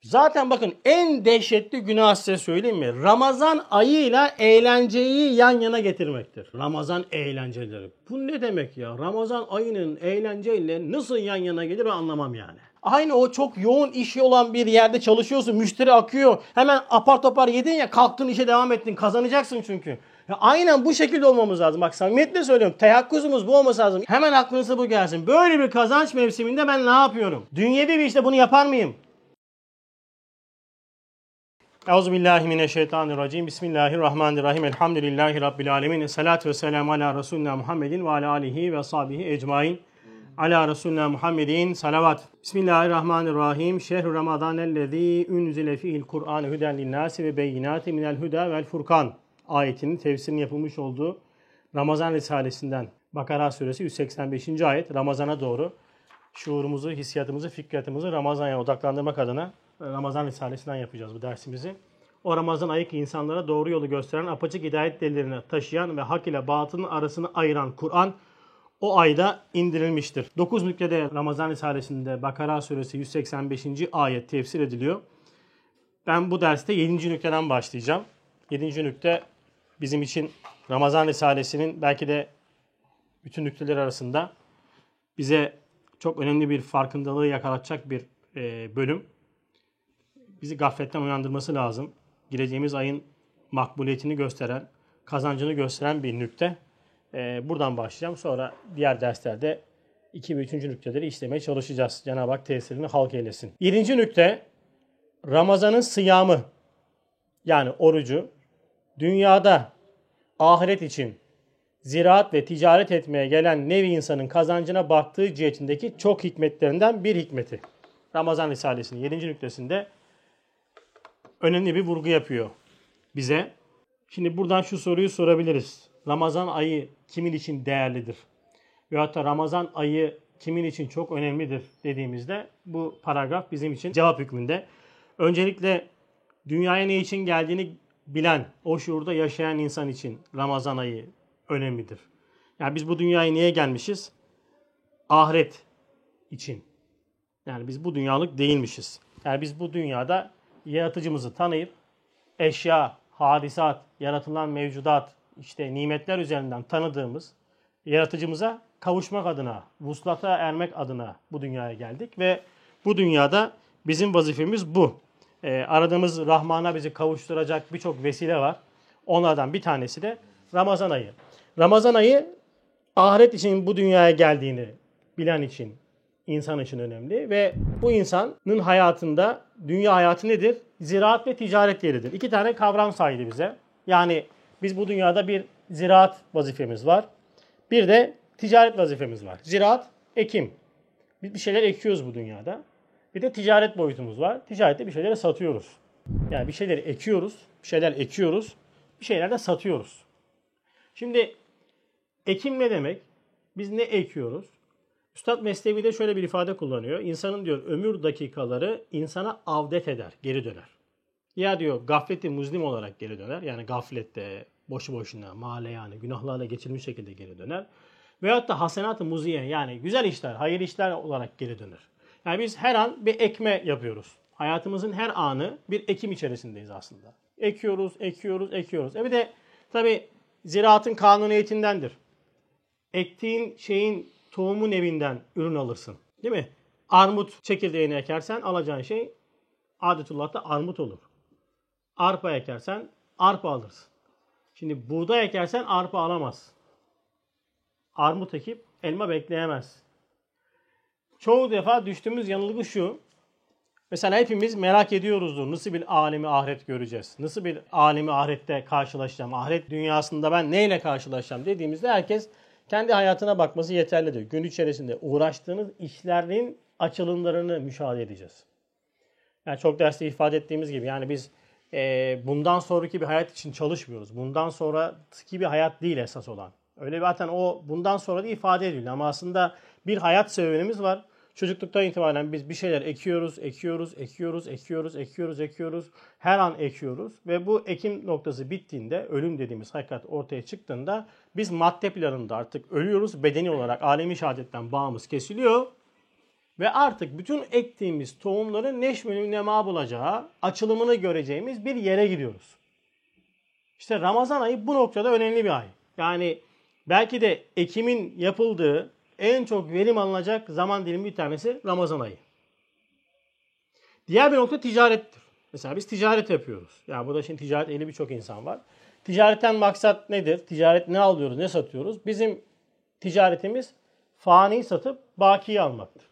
Zaten bakın en dehşetli günah size söyleyeyim mi? Ramazan ayıyla eğlenceyi yan yana getirmektir. Ramazan eğlenceleri. Bu ne demek ya? Ramazan ayının eğlenceyle nasıl yan yana gelir ben anlamam yani. Aynı o çok yoğun işi olan bir yerde çalışıyorsun. Müşteri akıyor. Hemen apar topar yedin ya kalktın işe devam ettin. Kazanacaksın çünkü. Ya aynen bu şekilde olmamız lazım. Bak samimiyetle söylüyorum. Teyakkuzumuz bu olması lazım. Hemen aklınıza bu gelsin. Böyle bir kazanç mevsiminde ben ne yapıyorum? Dünyevi bir işte bunu yapar mıyım? Euzubillahimineşşeytanirracim. Bismillahirrahmanirrahim. Elhamdülillahi Rabbil alemin. Esselatu vesselamu ala Resulina Muhammedin ve ala alihi ve sahbihi ecmain. Ala Resulina Muhammedin salavat. Bismillahirrahmanirrahim. Şehr-i Ramazanellezî unzile fihil Kur'an huden linnâsi ve beyinâti minel huda vel furkan ayetinin tefsirinin yapılmış olduğu Ramazan Risalesinden Bakara suresi 185. ayet. Ramazana doğru şuurumuzu, hissiyatımızı, fikriyatımızı Ramazan'a odaklandırmak adına Ramazan Risalesinden yapacağız bu dersimizi. O Ramazan ayı ki insanlara doğru yolu gösteren, apaçık hidayet delillerini taşıyan ve hak ile batılın arasını ayıran Kur'an o ayda indirilmiştir. 9 nüktede Ramazan Risalesi'nde Bakara suresi 185. ayet tefsir ediliyor. Ben bu derste 7. nükteden başlayacağım. 7. nükte bizim için Ramazan Risalesi'nin belki de bütün nükteler arasında bize çok önemli bir farkındalığı yakalatacak bir bölüm. Bizi gafletten uyandırması lazım. Gireceğimiz ayın makbuliyetini gösteren, kazancını gösteren bir nükte. Buradan başlayacağım. Sonra diğer derslerde 2 ve 3. nükteleri işlemeye çalışacağız. Cenab-ı Hak tesirini halk eylesin. 7. nükte Ramazan'ın sıyamı yani orucu dünyada ahiret için ziraat ve ticaret etmeye gelen nevi insanın kazancına baktığı cihetindeki çok hikmetlerinden bir hikmeti. Ramazan Risalesi'nin 7. nüktesinde önemli bir vurgu yapıyor bize. Şimdi buradan şu soruyu sorabiliriz. Ramazan ayı kimin için değerlidir? Veyahut da Ramazan ayı kimin için çok önemlidir dediğimizde bu paragraf bizim için cevap hükmünde. Öncelikle dünyaya ne için geldiğini bilen, o şuurda yaşayan insan için Ramazan ayı önemlidir. Yani biz bu dünyaya niye gelmişiz? Ahiret için. Yani biz bu dünyalık değilmişiz. Yani biz bu dünyada yaratıcımızı tanıyıp eşya, hadisat, yaratılan mevcudat, işte nimetler üzerinden tanıdığımız yaratıcımıza kavuşmak adına, vuslata ermek adına bu dünyaya geldik ve bu dünyada bizim vazifemiz bu. Aradığımız Rahman'a bizi kavuşturacak birçok vesile var. Onlardan bir tanesi de Ramazan ayı. Ramazan ayı ahiret için bu dünyaya geldiğini bilen için, insan için önemli ve bu insanın hayatında dünya hayatı nedir? Ziraat ve ticaret yeridir. 2 tane kavram saydı bize. Yani biz bu dünyada bir ziraat vazifemiz var. Bir de ticaret vazifemiz var. Ziraat, ekim. Biz bir şeyler ekiyoruz bu dünyada. Bir de ticaret boyutumuz var. Ticarette bir şeyleri satıyoruz. Yani bir şeyleri ekiyoruz, bir şeyler ekiyoruz, bir şeyler de satıyoruz. Şimdi ekim ne demek? Biz ne ekiyoruz? Üstad Mesnevi de şöyle bir ifade kullanıyor. İnsanın diyor ömür dakikaları insana avdet eder, geri döner. Ya diyor gafleti muzlim olarak geri döner. Yani gaflette, boşu boşuna, yani günahlarla geçirmiş şekilde geri döner. Veyahut da hasenat-ı muziye yani güzel işler, hayır işler olarak geri döner. Yani biz her an bir ekme yapıyoruz. Hayatımızın her anı bir ekim içerisindeyiz aslında. Ekiyoruz, ekiyoruz, ekiyoruz. Bir de tabii ziraatın kanuniyetindendir. Ektiğin şeyin tohumun evinden ürün alırsın. Değil mi? Armut çekirdeğini ekersen alacağın şey adetullah'ta armut olur. Arpa ekersen arpa alırsın. Şimdi buğday ekersen arpa alamaz. Armut ekip elma bekleyemez. Çoğu defa düştüğümüz yanılgı şu. Mesela hepimiz merak ediyoruzdur. Nasıl bir alemi ahiret göreceğiz? Nasıl bir alemi ahirette karşılaşacağım? Ahiret dünyasında ben neyle karşılaşacağım dediğimizde herkes kendi hayatına bakması yeterlidir. Gün içerisinde uğraştığınız işlerin açılımlarını müşahede edeceğiz. Yani çok derste ifade ettiğimiz gibi yani biz bundan sonraki bir hayat için çalışmıyoruz. Bundan sonraki bir hayat değil esas olan. Öyle zaten o bundan sonra da ifade ediliyor. Ama aslında bir hayat serüvenimiz var. Çocukluktan itibaren biz bir şeyler ekiyoruz, ekiyoruz, ekiyoruz, ekiyoruz, ekiyoruz, ekiyoruz. Her an ekiyoruz ve bu ekim noktası bittiğinde, ölüm dediğimiz hakikat ortaya çıktığında biz madde planında artık ölüyoruz. Bedeni olarak alemi şehadetten bağımız kesiliyor. Ve artık bütün ektiğimiz tohumların neşmünün nema bulacağı, açılımını göreceğimiz bir yere gidiyoruz. İşte Ramazan ayı bu noktada önemli bir ay. Yani belki de ekimin yapıldığı en çok verim alınacak zaman dilimi bir tanesi Ramazan ayı. Diğer bir nokta ticarettir. Mesela biz ticaret yapıyoruz. Yani burada şimdi ticaret ehli birçok insan var. Ticaretten maksat nedir? Ticaret ne alıyoruz, ne satıyoruz? Bizim ticaretimiz fani satıp bakiyi almaktır.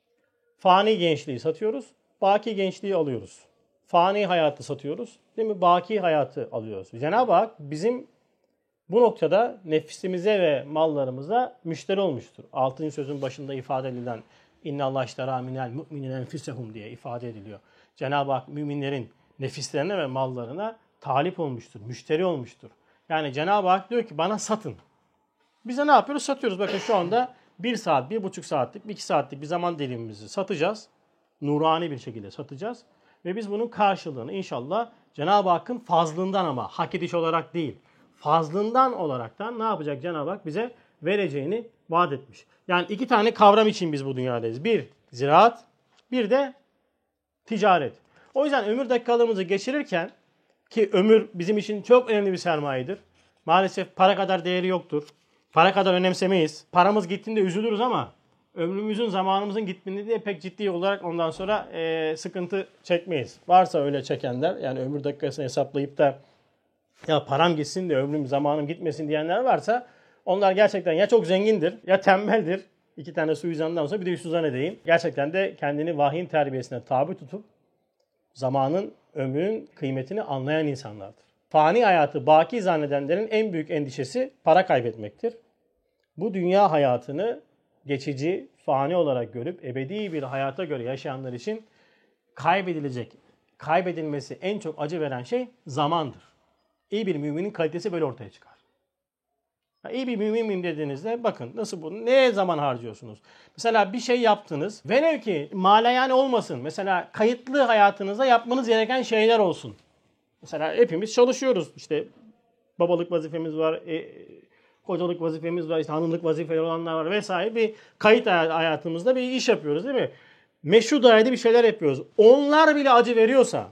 Fani gençliği satıyoruz, baki gençliği alıyoruz. Fani hayatı satıyoruz, değil mi? Baki hayatı alıyoruz. Cenab-ı Hak bizim bu noktada nefsimize ve mallarımıza müşteri olmuştur. 6. sözün başında ifade edilen İnna Allah iştera minel mu'minine enfisehum diye ifade ediliyor. Cenab-ı Hak müminlerin nefislerine ve mallarına talip olmuştur, müşteri olmuştur. Yani Cenab-ı Hak diyor ki bana satın. Biz de ne yapıyoruz? Satıyoruz. Bakın şu anda 1 saat, 1,5 saatlik, 2 saatlik bir zaman dilimimizi satacağız. Nurani bir şekilde satacağız. Ve biz bunun karşılığını inşallah Cenab-ı Hakk'ın fazlından ama hak ediş olarak değil, fazlından olaraktan ne yapacak Cenab-ı Hak bize vereceğini vaat etmiş. Yani 2 tane kavram için biz bu dünyadayız. Bir ziraat, bir de ticaret. O yüzden ömür dakikalığımızı geçirirken ki ömür bizim için çok önemli bir sermayedir. Maalesef para kadar değeri yoktur. Para kadar önemsemeyiz. Paramız gittiğinde üzülürüz ama ömrümüzün, zamanımızın gittiğinde de pek ciddi olarak ondan sonra sıkıntı çekmeyiz. Varsa öyle çekenler, yani ömür dakikasını hesaplayıp da ya param gitsin de ömrüm, zamanım gitmesin diyenler varsa onlar gerçekten ya çok zengindir ya tembeldir. 2 tane suizandan sonra bir de üstüzan edeyim. Gerçekten de kendini vahyin terbiyesine tabi tutup zamanın, ömrün kıymetini anlayan insanlardır. Fani hayatı baki zannedenlerin en büyük endişesi para kaybetmektir. Bu dünya hayatını geçici, fani olarak görüp ebedi bir hayata göre yaşayanlar için kaybedilmesi en çok acı veren şey zamandır. İyi bir müminin kalitesi böyle ortaya çıkar. İyi bir mümin miyim dediğinizde bakın nasıl bunu, neye zaman harcıyorsunuz? Mesela bir şey yaptınız. Velev ki malayane olmasın. Mesela kayıtlı hayatınızda yapmanız gereken şeyler olsun. Mesela hepimiz çalışıyoruz. İşte babalık vazifemiz var, kocalık vazifemiz var, işte hanımlık vazifeleri olanlar var vesaire. Bir kayıt hayatımızda bir iş yapıyoruz değil mi? Meşru dairede bir şeyler yapıyoruz. Onlar bile acı veriyorsa,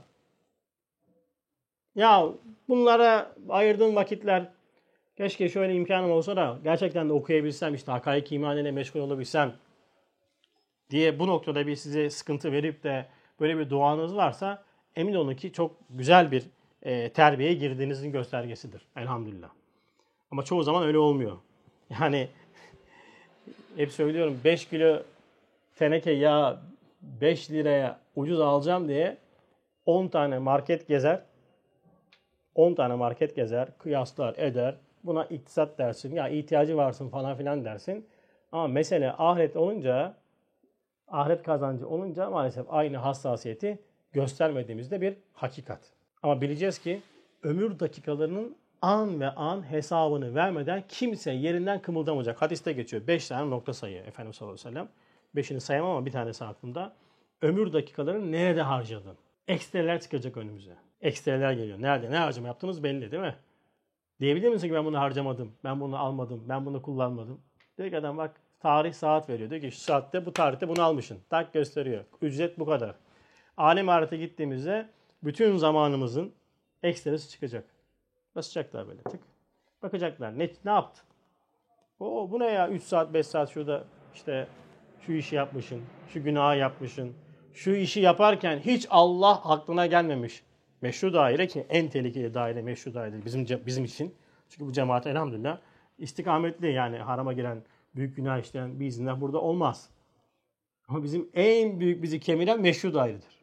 ya bunlara ayırdığım vakitler keşke şöyle imkanım olsa da gerçekten de okuyabilsem, işte hakaik iman ile meşgul olabilsem diye bu noktada bir size sıkıntı verip de böyle bir duanız varsa emin olun ki çok güzel bir terbiyeye girdiğinizin göstergesidir. Elhamdülillah. Ama çoğu zaman öyle olmuyor. Yani hep söylüyorum 5 kilo teneke yağ 5 liraya ucuz alacağım diye 10 tane market gezer. 10 tane market gezer, kıyaslar eder. Buna iktisat dersin, ya ihtiyacı varsın falan filan dersin. Ama mesele ahiret olunca, ahiret kazancı olunca maalesef aynı hassasiyeti göstermediğimizde bir hakikat. Ama bileceğiz ki ömür dakikalarının an ve an hesabını vermeden kimse yerinden kımıldamayacak. Hadiste geçiyor. 5 tane nokta sayı Efendimiz sallallahu aleyhi ve sellem. 5'ini sayamam ama bir tanesi aklımda. Ömür dakikalarını nerede harcadın? Ekstreler çıkacak önümüze. Ekstreler geliyor. Nerede? Ne harcama yaptığımız belli değil mi? Diyebilir misin ki ben bunu harcamadım, ben bunu almadım, ben bunu kullanmadım? Diyor ki adam bak tarih saat veriyor. Diyor ki şu saatte bu tarihte bunu almışsın. Tak gösteriyor. Ücret bu kadar. Alem ahirete gittiğimizde bütün zamanımızın ekstresi çıkacak. Basacaklar böyle tık. Bakacaklar ne yaptın? Bu ne ya 3 saat 5 saat şurada işte şu işi yapmışsın, şu günahı yapmışsın. Şu işi yaparken hiç Allah aklına gelmemiş. Meşru daire ki en tehlikeli daire meşru daire bizim için. Çünkü bu cemaat elhamdülillah istikametli, yani harama giren, büyük günah işleyen bir izinler burada olmaz. Ama bizim en büyük bizi kemiren meşru dairedir.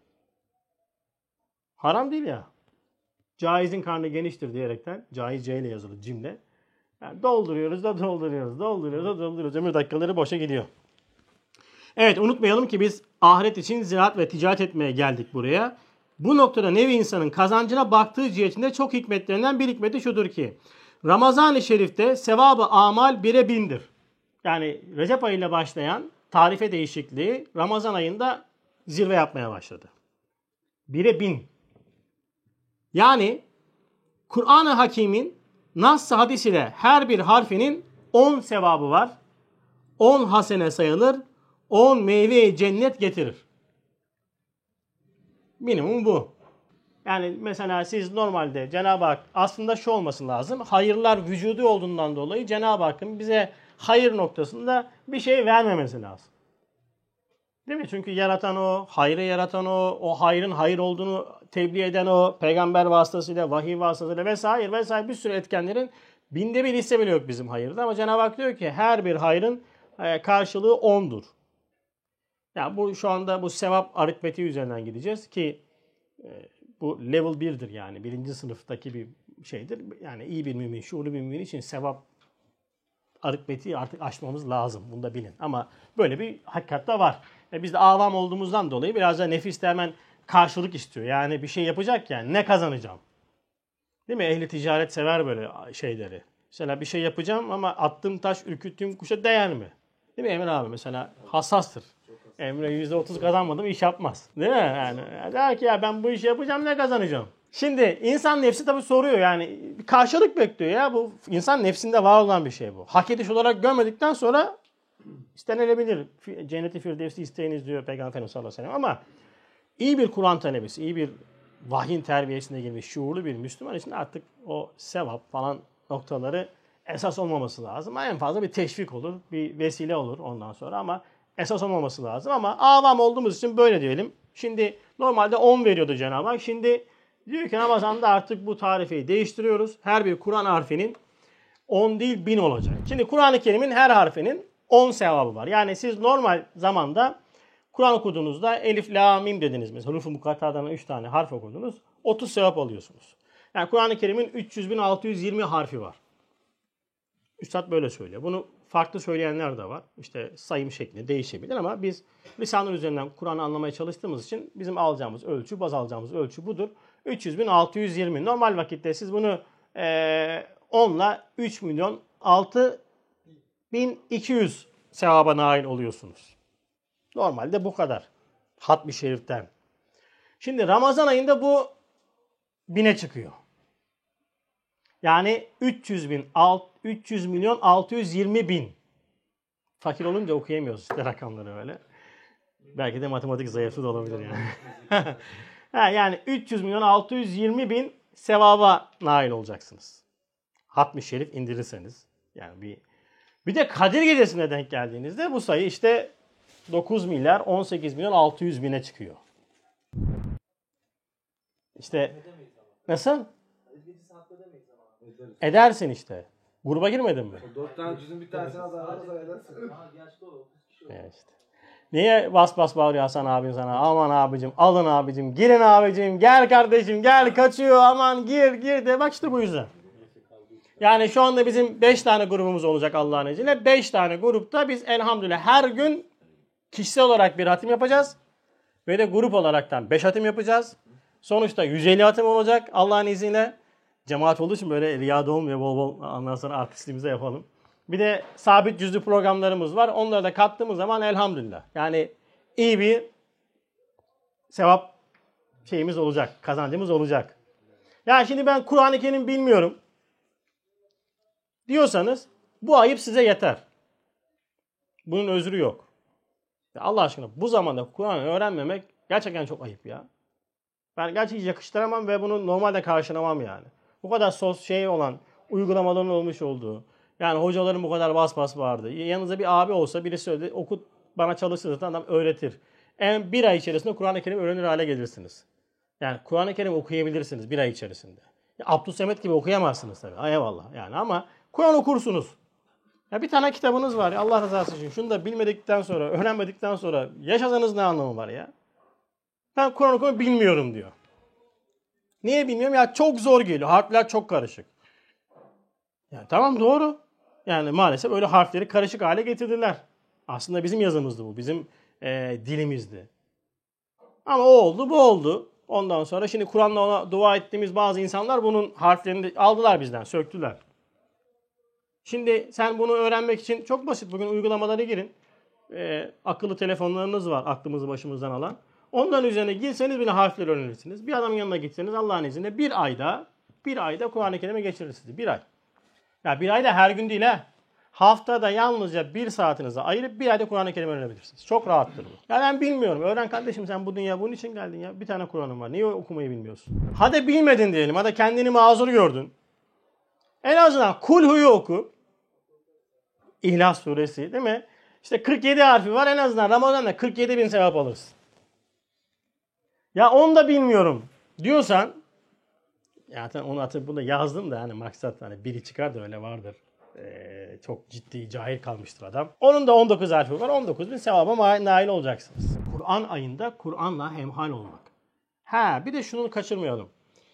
Haram değil ya. Caizin karnı geniştir diyerekten, caiz C ile yazılı cimle. Yani dolduruyoruz. Ömür dakikaları boşa gidiyor. Evet, unutmayalım ki biz ahiret için ziraat ve ticaret etmeye geldik buraya. Bu noktada nevi insanın kazancına baktığı cihetinde çok hikmetlerinden bir hikmeti şudur ki Ramazan-ı Şerif'te sevabı amal 1'e 1000'dir. Yani Recep ayıyla başlayan tarife değişikliği Ramazan ayında zirve yapmaya başladı. 1'e 1000. Yani Kur'an-ı Hakîm'in Nas-ı hadis ile her bir harfinin 10 sevabı var. 10 hasene sayılır. 10 meyve cennet getirir. Minimum bu. Yani mesela siz normalde Cenab-ı Hak aslında şu olması lazım. Hayırlar vücudu olduğundan dolayı Cenab-ı Hakk'ın bize hayır noktasında bir şey vermemesi lazım. Değil mi? Çünkü yaratan o, hayrı yaratan o hayrın hayır olduğunu tebliğ eden o, peygamber vasıtasıyla, vahiy vasıtasıyla vesaire bir sürü etkenlerin binde bir hisse bile yok bizim hayırda. Ama Cenab-ı Hak diyor ki her bir hayrın karşılığı 10'dur. Yani bu şu anda bu sevap aritmetiği üzerinden gideceğiz ki bu level 1'dir yani. Birinci sınıftaki bir şeydir. Yani iyi bir mümin, şuurlu bir mümin için sevap aritmetiği artık aşmamız lazım. Bunu da bilin. Ama böyle bir hakikat da var. Biz de avam olduğumuzdan dolayı biraz da nefis de hemen karşılık istiyor. Yani bir şey yapacak yani ne kazanacağım? Değil mi? Ehli ticaret sever böyle şeyleri. Mesela bir şey yapacağım ama attığım taş ürküttüğüm kuşa değer mi? Değil mi Emre abi? Mesela hassastır. Emre %30 kazanmadım iş yapmaz. Değil mi? Yani der ki ya ben bu işi yapacağım ne kazanacağım? Şimdi insan nefsi tabii soruyor yani bir karşılık bekliyor ya. Bu insan nefsinde var olan bir şey bu. Hak ediş olarak görmedikten sonra istenilebilir. Cenneti Firdevs'i isteyiniz diyor Peygamber Efendimiz sallallahu aleyhi ve sellem. Ama iyi bir Kur'an talebesi, iyi bir vahyin terbiyesine girmiş şuurlu bir Müslüman için artık o sevap falan noktaları esas olmaması lazım. En fazla bir teşvik olur, bir vesile olur ondan sonra ama esas olmaması lazım. Ama avam olduğumuz için böyle diyelim. Şimdi normalde 10 veriyordu Cenab-ı Hak. Şimdi diyor ki Ramazan'da artık bu tarifeyi değiştiriyoruz. Her bir Kur'an harfinin 10 değil 1000 olacak. Şimdi Kur'an-ı Kerim'in her harfinin 10 sevabı var. Yani siz normal zamanda Kur'an okuduğunuzda elif, la, mim dediniz mesela. Hurufu mukattadan 3 tane harf okudunuz. 30 sevap alıyorsunuz. Yani Kur'an-ı Kerim'in 300.620 harfi var. Üstad böyle söylüyor. Bunu farklı söyleyenler de var. İşte sayım şekli değişebilir ama biz lisanlar üzerinden Kur'an'ı anlamaya çalıştığımız için bizim alacağımız ölçü, baz alacağımız ölçü budur. 300.620. Normal vakitte siz bunu 10 ile 3.006.200 sevaba nail oluyorsunuz. Normalde bu kadar. Hatmi şeriften. Şimdi Ramazan ayında bu 1000'e çıkıyor. Yani 300.620.000. Fakir olunca okuyamıyoruz işte rakamları öyle. Belki de matematik zayıfı da olabilir yani. Yani 300.620.000 sevaba nail olacaksınız. Hatmi şerif indirirseniz. Yani bir de Kadir Gecesi'ne denk geldiğinizde bu sayı işte 9.018.600.000'e çıkıyor. İşte nasıl? Edersin işte. Gruba girmedin mi? 4 tane cüzün bir tanesini alırsa edersin. İşte. Niye bas bas bağırıyor Hasan abin sana? Aman abicim, alın abicim, girin abicim, gel kardeşim, gel kaçıyor, aman gir de. Bak işte bu yüzden. Yani şu anda bizim 5 tane grubumuz olacak Allah'ın izniyle. 5 tane grupta biz elhamdülillah her gün kişisel olarak bir hatim yapacağız. Ve de grup olaraktan 5 hatim yapacağız. Sonuçta 150 hatim olacak Allah'ın izniyle. Cemaat olduğu için böyle riyada olmuyor. Bol bol ondan sonra artistliğimize yapalım. Bir de sabit cüzlü programlarımız var. Onları da kattığımız zaman elhamdülillah. Yani iyi bir sevap şeyimiz olacak. Kazancımız olacak. Yani şimdi ben Kur'an-ı Kerim bilmiyorum diyorsanız bu ayıp size yeter. Bunun özrü yok. Ya Allah aşkına bu zamanda Kur'an'ı öğrenmemek gerçekten çok ayıp ya. Ben gerçekten yakıştıramam ve bunu normalde karşılamam yani. Bu kadar olan uygulamaların olmuş olduğu. Yani hocaların bu kadar bas vardı. Yanınızda bir abi olsa birisi söyledi okut bana çalışırsa adam öğretir. En bir ay içerisinde Kur'an-ı Kerim öğrenir hale gelirsiniz. Yani Kur'an-ı Kerim okuyabilirsiniz bir ay içerisinde. Abdülsemet gibi okuyamazsınız tabii. Eyvallah yani ama Kur'an okursunuz. Ya bir tane kitabınız var ya Allah rızası için. Şunu da bilmedikten sonra, öğrenmedikten sonra yaşasanız ne anlamı var ya? Ben Kur'an okumayı bilmiyorum diyor. Niye bilmiyorum? Ya çok zor geliyor. Harfler çok karışık. Yani tamam doğru. Yani maalesef öyle harfleri karışık hale getirdiler. Aslında bizim yazımızdı bu. Bizim dilimizdi. Ama o oldu, bu oldu. Ondan sonra şimdi Kur'an'la ona dua ettiğimiz bazı insanlar bunun harflerini aldılar bizden, söktüler. Şimdi sen bunu öğrenmek için çok basit. Bugün uygulamalara girin. Akıllı telefonlarınız var aklımızı başımızdan alan. Ondan üzerine girseniz bile harfleri öğrenirsiniz. Bir adamın yanına gitseniz Allah'ın izniyle bir ayda Kur'an-ı Kerim'e geçirirsiniz. Bir ay. Ya bir ayda her gün değil ha. Haftada yalnızca 1 saatinizi ayırıp bir ayda Kur'an-ı Kerim öğrenebilirsiniz. Çok rahattır bu. Ya ben bilmiyorum. Öğren kardeşim, sen bu dünya bunun için geldin ya. Bir tane Kur'an'ın var. Niye okumayı bilmiyorsun? Hadi bilmedin diyelim. Hadi kendini mazur gördün. En azından Kulhu'yu oku. İhlas suresi değil mi? İşte 47 harfi var. En azından Ramazan'da 47.000 sevap alırsın. Ya onu da bilmiyorum diyorsan, ya onu atıp bunu yazdım da hani maksat hani biri çıkar da öyle vardır. Çok ciddi cahil kalmıştır adam. Onun da 19 harfi var. 19.000 sevaba nail olacaksınız. Kur'an ayında Kur'an'la hemhal olmak. Bir de şunu kaçırmayalım.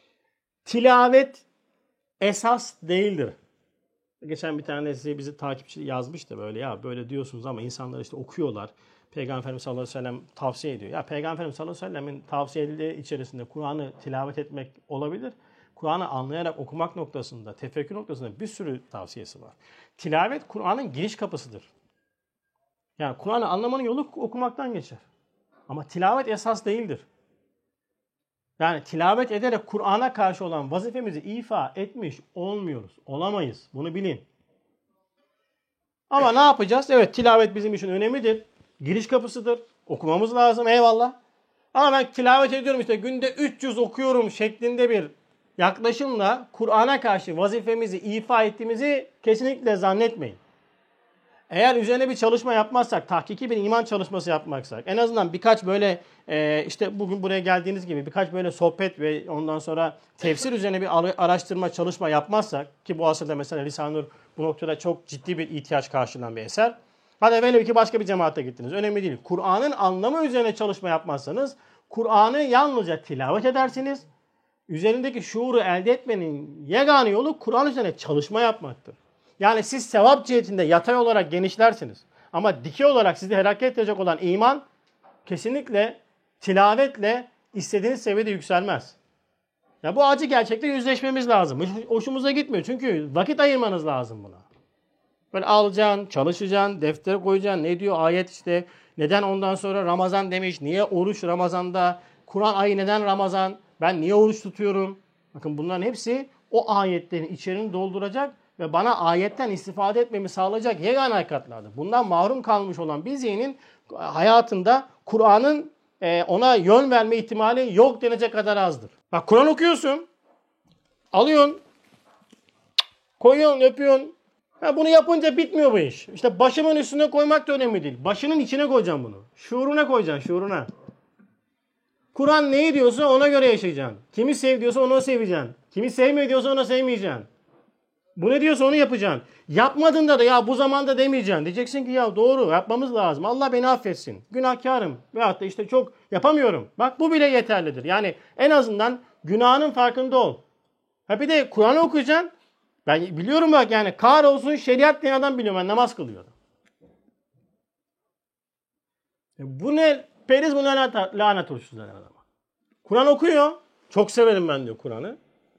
Tilavet esas değildir. Geçen bir tanesi bizi takipçi yazmış da böyle, ya böyle diyorsunuz ama insanlar işte okuyorlar. Peygamber Efendimiz sallallahu aleyhi ve sellem tavsiye ediyor. Ya Peygamber Efendimiz sallallahu aleyhi ve sellemin tavsiyeleri içerisinde Kur'an'ı tilavet etmek olabilir. Kur'an'ı anlayarak okumak noktasında, tefekkür noktasında bir sürü tavsiyesi var. Tilavet Kur'an'ın giriş kapısıdır. Yani Kur'an'ı anlamanın yolu okumaktan geçer. Ama tilavet esas değildir. Yani tilavet ederek Kur'an'a karşı olan vazifemizi ifa etmiş olmuyoruz. Olamayız. Bunu bilin. Ama ne yapacağız? Evet, tilavet bizim için önemlidir. Giriş kapısıdır. Okumamız lazım. Eyvallah. Ama ben tilavet ediyorum işte günde 300 okuyorum şeklinde bir yaklaşımla Kur'an'a karşı vazifemizi ifa ettiğimizi kesinlikle zannetmeyin. Eğer üzerine bir çalışma yapmazsak, tahkiki bir iman çalışması yapmazsak, en azından birkaç böyle işte bugün buraya geldiğiniz gibi birkaç böyle sohbet ve ondan sonra tefsir üzerine bir araştırma, çalışma yapmazsak, ki bu asırda mesela Risale-i Nur bu noktada çok ciddi bir ihtiyaç karşılayan bir eser. Hadi velev ki başka bir cemaate gittiniz. Önemli değil. Kur'an'ın anlamı üzerine çalışma yapmazsanız, Kur'an'ı yalnızca tilavet edersiniz. Üzerindeki şuuru elde etmenin yegane yolu Kur'an üzerine çalışma yapmaktır. Yani siz sevap cihetinde yatay olarak genişlersiniz. Ama dikey olarak sizi hareket edecek olan iman kesinlikle tilavetle istediğiniz seviyede yükselmez. Ya bu acı gerçekle yüzleşmemiz lazım. Hoşumuza gitmiyor. Çünkü vakit ayırmanız lazım buna. Böyle alacaksın, çalışacaksın, deftere koyacaksın. Ne diyor ayet işte. Neden ondan sonra Ramazan demiş? Niye oruç Ramazan'da? Kur'an ayı neden Ramazan? Ben niye oruç tutuyorum? Bakın bunların hepsi o ayetlerin içeriğini dolduracak ve bana ayetten istifade etmemi sağlayacak yegane hakikatlerdir. Bundan mahrum kalmış olan bir zihnin hayatında Kur'an'ın ona yön verme ihtimali yok denecek kadar azdır. Bak, Kur'an okuyorsun, alıyorsun, koyuyorsun, öpüyorsun. Bunu yapınca bitmiyor bu iş. İşte başımın üstüne koymak da önemli değil. Başının içine koyacaksın bunu. Şuuruna koyacaksın, şuuruna. Kur'an neyi diyorsa ona göre yaşayacaksın. Kimi sev diyorsa onu seveceksin. Kimi sevmiyor diyorsa ona sevmeyeceksin. Bu ne diyorsa onu yapacaksın. Yapmadığında da ya bu zamanda demeyeceksin. Diyeceksin ki ya doğru, yapmamız lazım. Allah beni affetsin. Günahkarım. Veyahut da işte çok yapamıyorum. Bak, bu bile yeterlidir. Yani en azından günahının farkında ol. Bir de Kur'an'ı okuyacaksın. Ben biliyorum bak, yani kahrolsun şeriat diyen adam biliyorum, ben namaz kılıyorum. Bu ne? Periz bu lanet olsun adama. Kur'an okuyor. Çok severim ben diyor Kur'an'ı.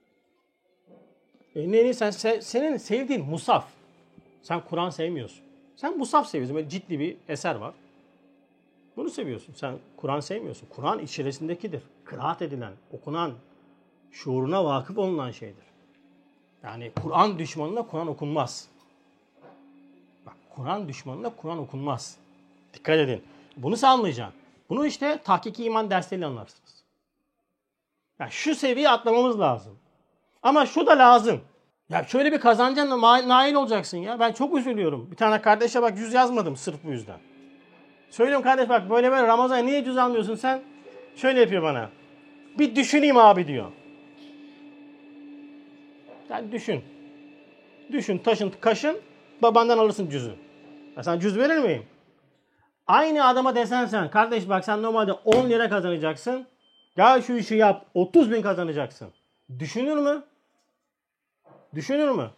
Senin sevdiğin musaf. Sen Kur'an sevmiyorsun. Sen musaf seviyorsun. Böyle ciddi bir eser var. Bunu seviyorsun. Sen Kur'an sevmiyorsun. Kur'an içerisindekidir. Kıraat edilen, okunan, şuuruna vakıf olunan şeydir. Yani Kur'an düşmanına Kur'an okunmaz. Bak, Kur'an düşmanına Kur'an okunmaz. Dikkat edin. Bunu sen anlayacaksın. Bunu işte tahkiki iman dersleriyle anlarsınız. Yani şu seviyeyi atlamamız lazım. Ama şu da lazım. Ya şöyle bir kazancan nail olacaksın ya. Ben çok üzülüyorum. Bir tane kardeşe bak 100 yazmadım sırf bu yüzden. Söylüyorum kardeş bak böyle Ramazan'a niye 100 almıyorsun sen? Şöyle yapıyor bana. Bir düşüneyim abi diyor. Yani düşün. Düşün, taşın, kaşın, babandan alırsın cüzü. Ben sana cüz verir miyim? Aynı adama desen sen, kardeş bak sen normalde 10 lira kazanacaksın. Gel şu işi yap, 30.000 kazanacaksın. Düşünür mü? Düşünür mü?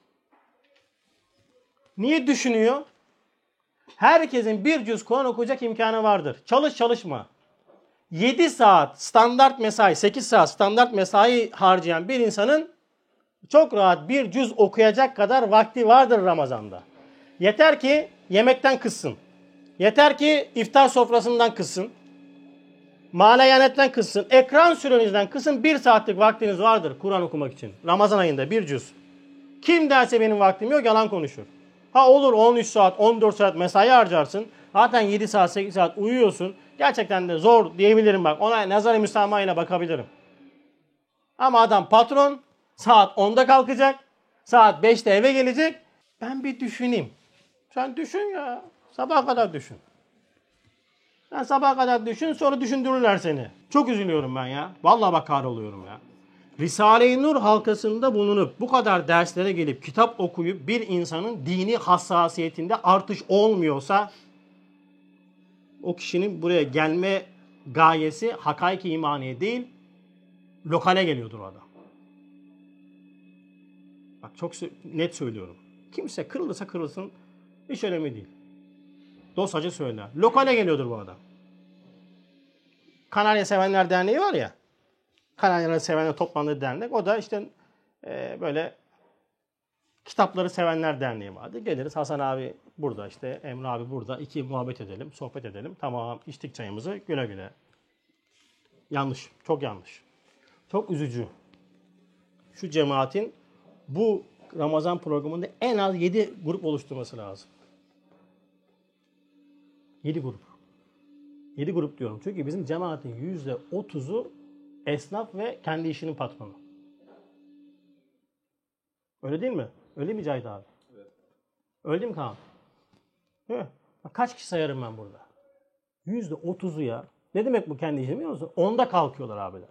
Niye düşünüyor? Herkesin bir cüz Kur'an okuyacak imkanı vardır. Çalış çalışma. 7 saat standart mesai, 8 saat standart mesai harcayan bir insanın çok rahat bir cüz okuyacak kadar vakti vardır Ramazan'da. Yeter ki yemekten kızsın. Yeter ki iftar sofrasından kızsın. Malayanetten kızsın. Ekran sürenizden kızsın. 1 saatlik vaktiniz vardır Kur'an okumak için. Ramazan ayında bir cüz. Kim derse benim vaktim yok yalan konuşur. Ha olur 13 saat, 14 saat mesai harcarsın. Zaten 7 saat, 8 saat uyuyorsun. Gerçekten de zor diyebilirim bak. Ona nazar-ı müsamahayla bakabilirim. Ama adam patron, saat 10'da kalkacak. Saat 5'te eve gelecek. Ben bir düşüneyim. Sen düşün ya. Sabaha kadar düşün. Sen sabaha kadar düşün, sonra düşündürürler seni. Çok üzülüyorum ben ya. Vallahi bak kahroluyorum ya. Risale-i Nur halkasında bulunup bu kadar derslere gelip kitap okuyup bir insanın dini hassasiyetinde artış olmuyorsa o kişinin buraya gelme gayesi hakaik-i imaniye değil, lokale geliyordur o adam. Bak çok net söylüyorum. Kimse kırılırsa kırılsın hiç önemli değil. Dostacı söyler. Lokale geliyordur bu adam. Kanarya Sevenler Derneği var ya. Kanaryaları Sevenler toplandığı dernek. O da işte böyle kitapları sevenler derneği vardı. Geliriz Hasan abi burada işte Emre abi burada. İki muhabbet edelim, sohbet edelim. Tamam içtik çayımızı güle güle. Yanlış. Çok yanlış. Çok üzücü. Şu cemaatin bu Ramazan programında en az 7 grup oluşturması lazım. 7 grup. 7 grup diyorum. Çünkü bizim cemaatin %30'u esnaf ve kendi işinin patronu. Öyle değil mi? Öyle mi Cahit abi? Evet. Öyle değil mi Kaan? Bak, kaç kişi sayarım ben burada? %30'u ya. Ne demek bu kendi işi biliyor musun? 10'da kalkıyorlar abiler.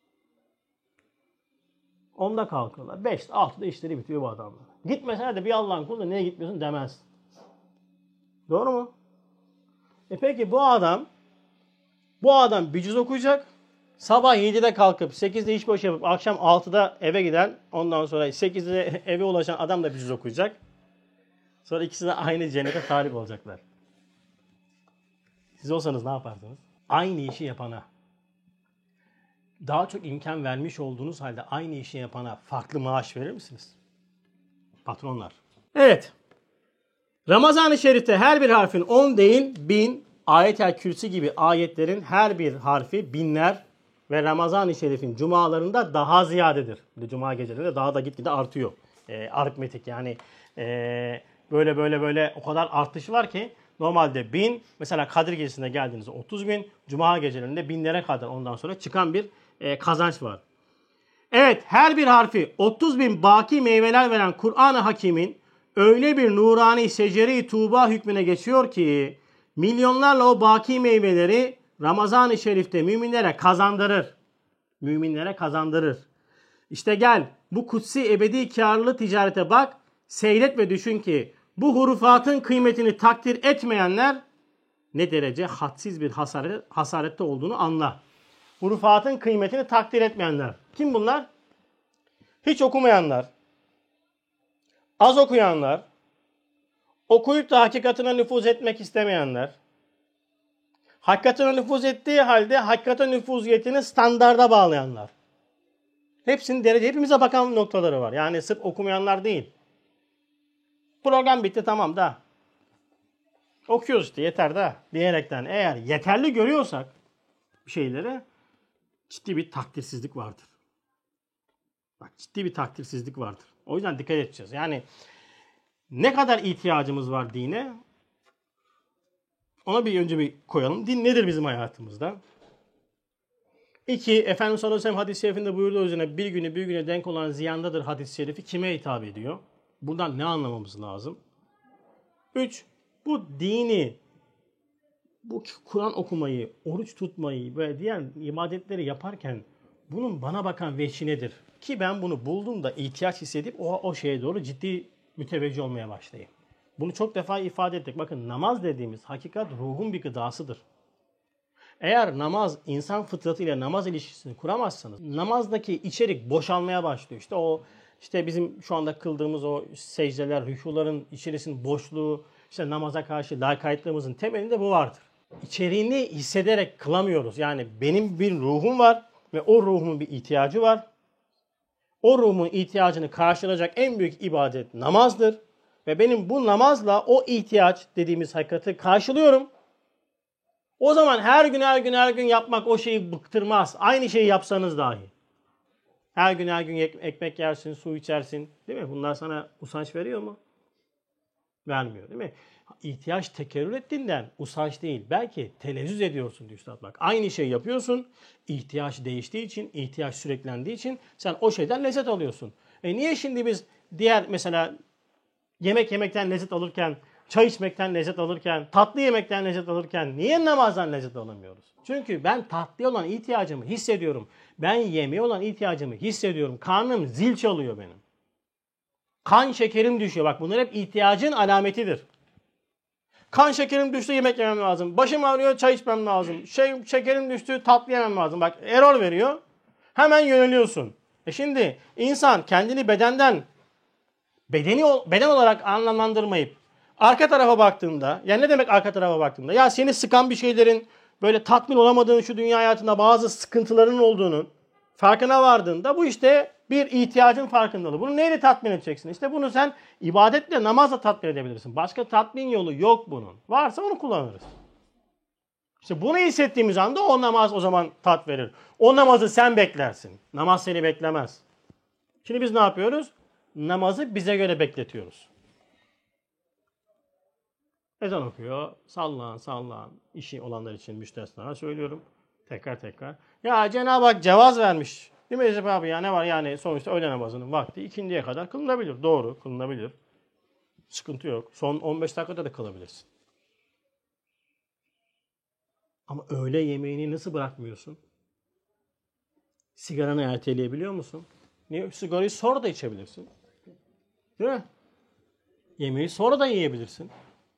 10'da kalkıyorlar. 5'te 6'da işleri bitiyor bu adamlar. Gitmesene de bir Allah'ın kulu da niye gitmiyorsun demez. Doğru mu? Peki bu adam bir cüz okuyacak. Sabah 7'de kalkıp 8'de iş boş yapıp akşam 6'da eve giden, ondan sonra 8'de eve ulaşan adam da bir cüz okuyacak. Sonra ikisi de aynı cennete talip olacaklar. Siz olsanız ne yaparsınız? Aynı işi yapana, daha çok imkan vermiş olduğunuz halde aynı işi yapana farklı maaş verir misiniz? Patronlar. Evet. Ramazan-ı Şerif'te her bir harfin 10 değil 1000, Ayet-el Kürsi gibi ayetlerin her bir harfi binler ve Ramazan-ı Şerif'in cumalarında daha ziyadedir. Cuma gecelerinde daha da gitgide artıyor. Aritmetik yani böyle o kadar artışı var ki normalde 1000, mesela Kadir Gecesi'nde geldiğinizde 30.000, Cuma gecelerinde binlere kadar ondan sonra çıkan bir kazanç var. Evet, her bir harfi 30.000 baki meyveler veren Kur'an-ı Hakim'in öyle bir nurani secere-i tuğba hükmüne geçiyor ki milyonlarla o baki meyveleri Ramazan-ı Şerif'te müminlere kazandırır. Müminlere kazandırır. İşte gel bu kutsi ebedi kârlı ticarete bak, seyret ve düşün ki bu hurufatın kıymetini takdir etmeyenler ne derece hadsiz bir hasarette olduğunu anla. Hurufatın kıymetini takdir etmeyenler. Kim bunlar? Hiç okumayanlar, az okuyanlar, okuyup da hakikatine nüfuz etmek istemeyenler, hakikatine nüfuz ettiği halde hakikate nüfuziyetini standarda bağlayanlar. Hepsinin derece, hepimize bakan noktaları var. Yani sırf okumayanlar değil. Program bitti tamam da. Okuyoruz işte yeter de diyerekten eğer yeterli görüyorsak bir şeyleri ciddi bir takdirsizlik vardır. Bak ciddi bir takdirsizlik vardır. O yüzden dikkat edeceğiz. Yani ne kadar ihtiyacımız var dine? Ona bir önce bir koyalım. Din nedir bizim hayatımızda? 2. Efendimiz sallallahu aleyhi ve sellem hadis-i şerifinde buyurduğu üzerine bir güne denk olan ziyandadır hadis-i şerifi kime hitap ediyor? Buradan ne anlamamız lazım? 3. Bu dini, bu Kur'an okumayı, oruç tutmayı ve diğer ibadetleri yaparken bunun bana bakan veçhi nedir? Ki ben bunu bulduğumda ihtiyaç hissedip o şeye doğru ciddi müteveccih olmaya başlayayım. Bunu çok defa ifade ettik. Bakın namaz dediğimiz hakikat ruhun bir gıdasıdır. Eğer namaz insan fıtratıyla namaz ilişkisini kuramazsanız namazdaki içerik boşalmaya başlıyor. İşte bizim şu anda kıldığımız o secdeler, rükûların içerisinin boşluğu, işte namaza karşı lakaytlığımızın temelinde bu vardır. İçeriğini hissederek kılamıyoruz. Yani benim bir ruhum var ve o ruhumun bir ihtiyacı var. O ruhumun ihtiyacını karşılayacak en büyük ibadet namazdır. Ve benim bu namazla o ihtiyaç dediğimiz hakikati karşılıyorum. O zaman her gün yapmak o şeyi bıktırmaz. Aynı şeyi yapsanız dahi. Her gün ekmek yersin, su içersin. Değil mi? Bunlar sana usanç veriyor mu? Vermiyor değil mi? İhtiyaç tekerrür ettiğinden usanç değil. Belki telezzüz ediyorsun diyor üstad bak. Aynı şeyi yapıyorsun. İhtiyaç değiştiği için, ihtiyaç süreklendiği için sen o şeyden lezzet alıyorsun. Niye şimdi biz diğer mesela yemek yemekten lezzet alırken, çay içmekten lezzet alırken, tatlı yemekten lezzet alırken niye namazdan lezzet alamıyoruz? Çünkü ben tatlıya olan ihtiyacımı hissediyorum. Ben yemeğe olan ihtiyacımı hissediyorum. Karnım zil çalıyor benim. Kan şekerim düşüyor. Bak bunlar hep ihtiyacın alametidir. Kan şekerim düştü, yemek yemem lazım. Başım ağrıyor, çay içmem lazım. Şekerim düştü, tatlı yemem lazım. Bak error veriyor. Hemen yöneliyorsun. Şimdi insan kendini beden olarak anlamlandırmayıp arka tarafa baktığında, yani ne demek arka tarafa baktığında? Ya seni sıkan bir şeylerin, böyle tatmin olamadığın şu dünya hayatında bazı sıkıntıların olduğunu farkına vardığında bu işte bir ihtiyacın farkındalığı. Bunu neyle tatmin edeceksin? İşte bunu sen ibadetle, namazla tatmin edebilirsin. Başka tatmin yolu yok bunun. Varsa onu kullanırız. İşte bunu hissettiğimiz anda o namaz o zaman tat verir. O namazı sen beklersin. Namaz seni beklemez. Şimdi biz ne yapıyoruz? Namazı bize göre bekletiyoruz. Ezan okuyor. Sallan. İşi olanlar için müstesna söylüyorum. Tekrar. Ya Cenab-ı Hak cevaz vermiş. Değil mi Recep abi ya ne var yani sonuçta öğle namazının vakti ikindiye kadar kılınabilir. Doğru kılınabilir. Sıkıntı yok. Son 15 dakikada da kılabilirsin. Ama öğle yemeğini nasıl bırakmıyorsun? Sigaranı erteleyebiliyor musun? Niye? Sigarayı sonra da içebilirsin. Değil mi? Yemeği sonra da yiyebilirsin.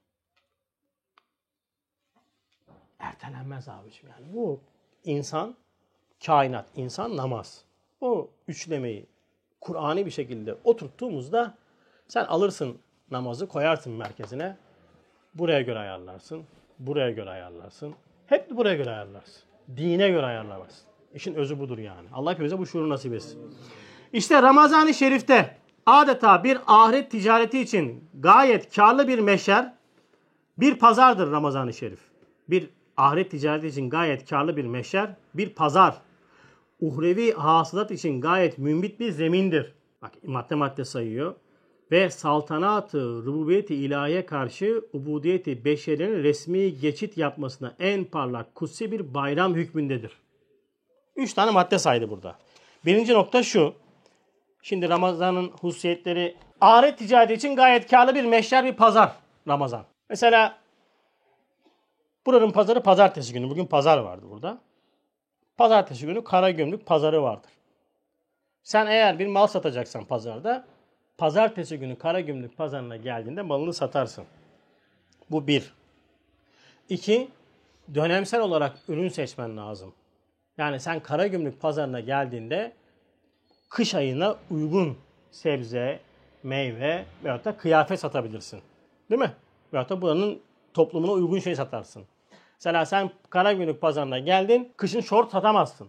Ertelenmez abiciğim yani. Bu insan, kainat, insan namaz. O üçlemeyi Kur'an'ı bir şekilde oturttuğumuzda sen alırsın namazı koyarsın merkezine. Buraya göre ayarlarsın. Buraya göre ayarlarsın. Hep buraya göre ayarlarsın. Dine göre ayarlamazsın. İşin özü budur yani. Allah hepimize bu şuuru nasip etsin. İşte Ramazan-ı Şerif'te adeta bir ahiret ticareti için gayet karlı bir meşer, bir pazardır Ramazan-ı Şerif. Bir ahiret ticareti için gayet karlı bir meşer, bir pazar. Uhrevi hasılat için gayet mümbit bir zemindir. Bak madde sayıyor. Ve saltanat-ı rububiyeti ilahiye karşı ubudiyeti beşerinin resmi geçit yapmasına en parlak kutsi bir bayram hükmündedir. 3 tane madde saydı burada. Birinci nokta şu. Şimdi Ramazan'ın hususiyetleri ahiret ticareti için gayet karlı bir meşer bir pazar Ramazan. Mesela buranın pazarı pazartesi günü. Bugün pazar vardı burada. Pazartesi günü Karagümrük pazarı vardır. Sen eğer bir mal satacaksan pazarda pazartesi günü Karagümrük pazarına geldiğinde malını satarsın. Bu bir. 2. Dönemsel olarak ürün seçmen lazım. Yani sen Karagümrük pazarına geldiğinde kış ayına uygun sebze, meyve veyahut da kıyafet satabilirsin. Değil mi? Veyahut da buranın toplumuna uygun şey satarsın. Mesela sen Karagümrük pazarına geldin, kışın şort satamazsın.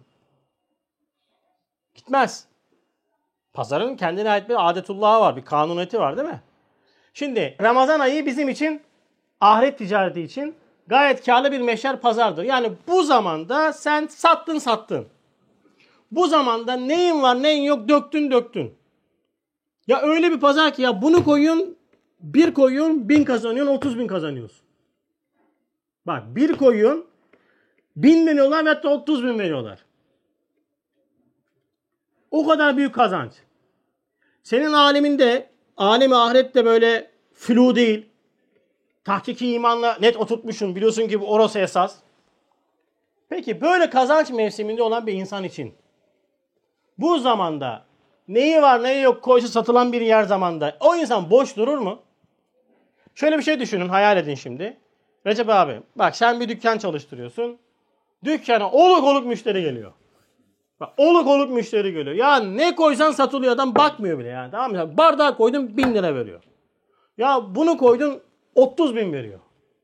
Gitmez. Pazarın kendine ait bir adetullahı var, bir kanuniyeti var değil mi? Şimdi Ramazan ayı bizim için, ahiret ticareti için gayet karlı bir meşer pazardır. Yani bu zamanda sen sattın. Bu zamanda neyin var neyin yok döktün. Ya öyle bir pazar ki ya bunu koyun, bir koyun 1000 kazanıyorsun, 30.000 kazanıyorsun. Bak bir koyun 1000 veriyorlar ve hatta 30.000 veriyorlar. O kadar büyük kazanç. Senin aleminde, alemi ahirette böyle flu değil. Tahkiki imanla net oturtmuşsun. Biliyorsun ki bu orası esas. Peki böyle kazanç mevsiminde olan bir insan için bu zamanda neyi var neyi yok koysa satılan bir yer zamanda o insan boş durur mu? Şöyle bir şey düşünün, hayal edin şimdi. Recep abi bak sen bir dükkan çalıştırıyorsun. Dükkana oluk müşteri geliyor. Bak oluk müşteri geliyor. Ya ne koysan satılıyor, adam bakmıyor bile yani. Tamam mı? Bardağı koydun 1000 lira veriyor. Ya bunu koydun 30.000 veriyor.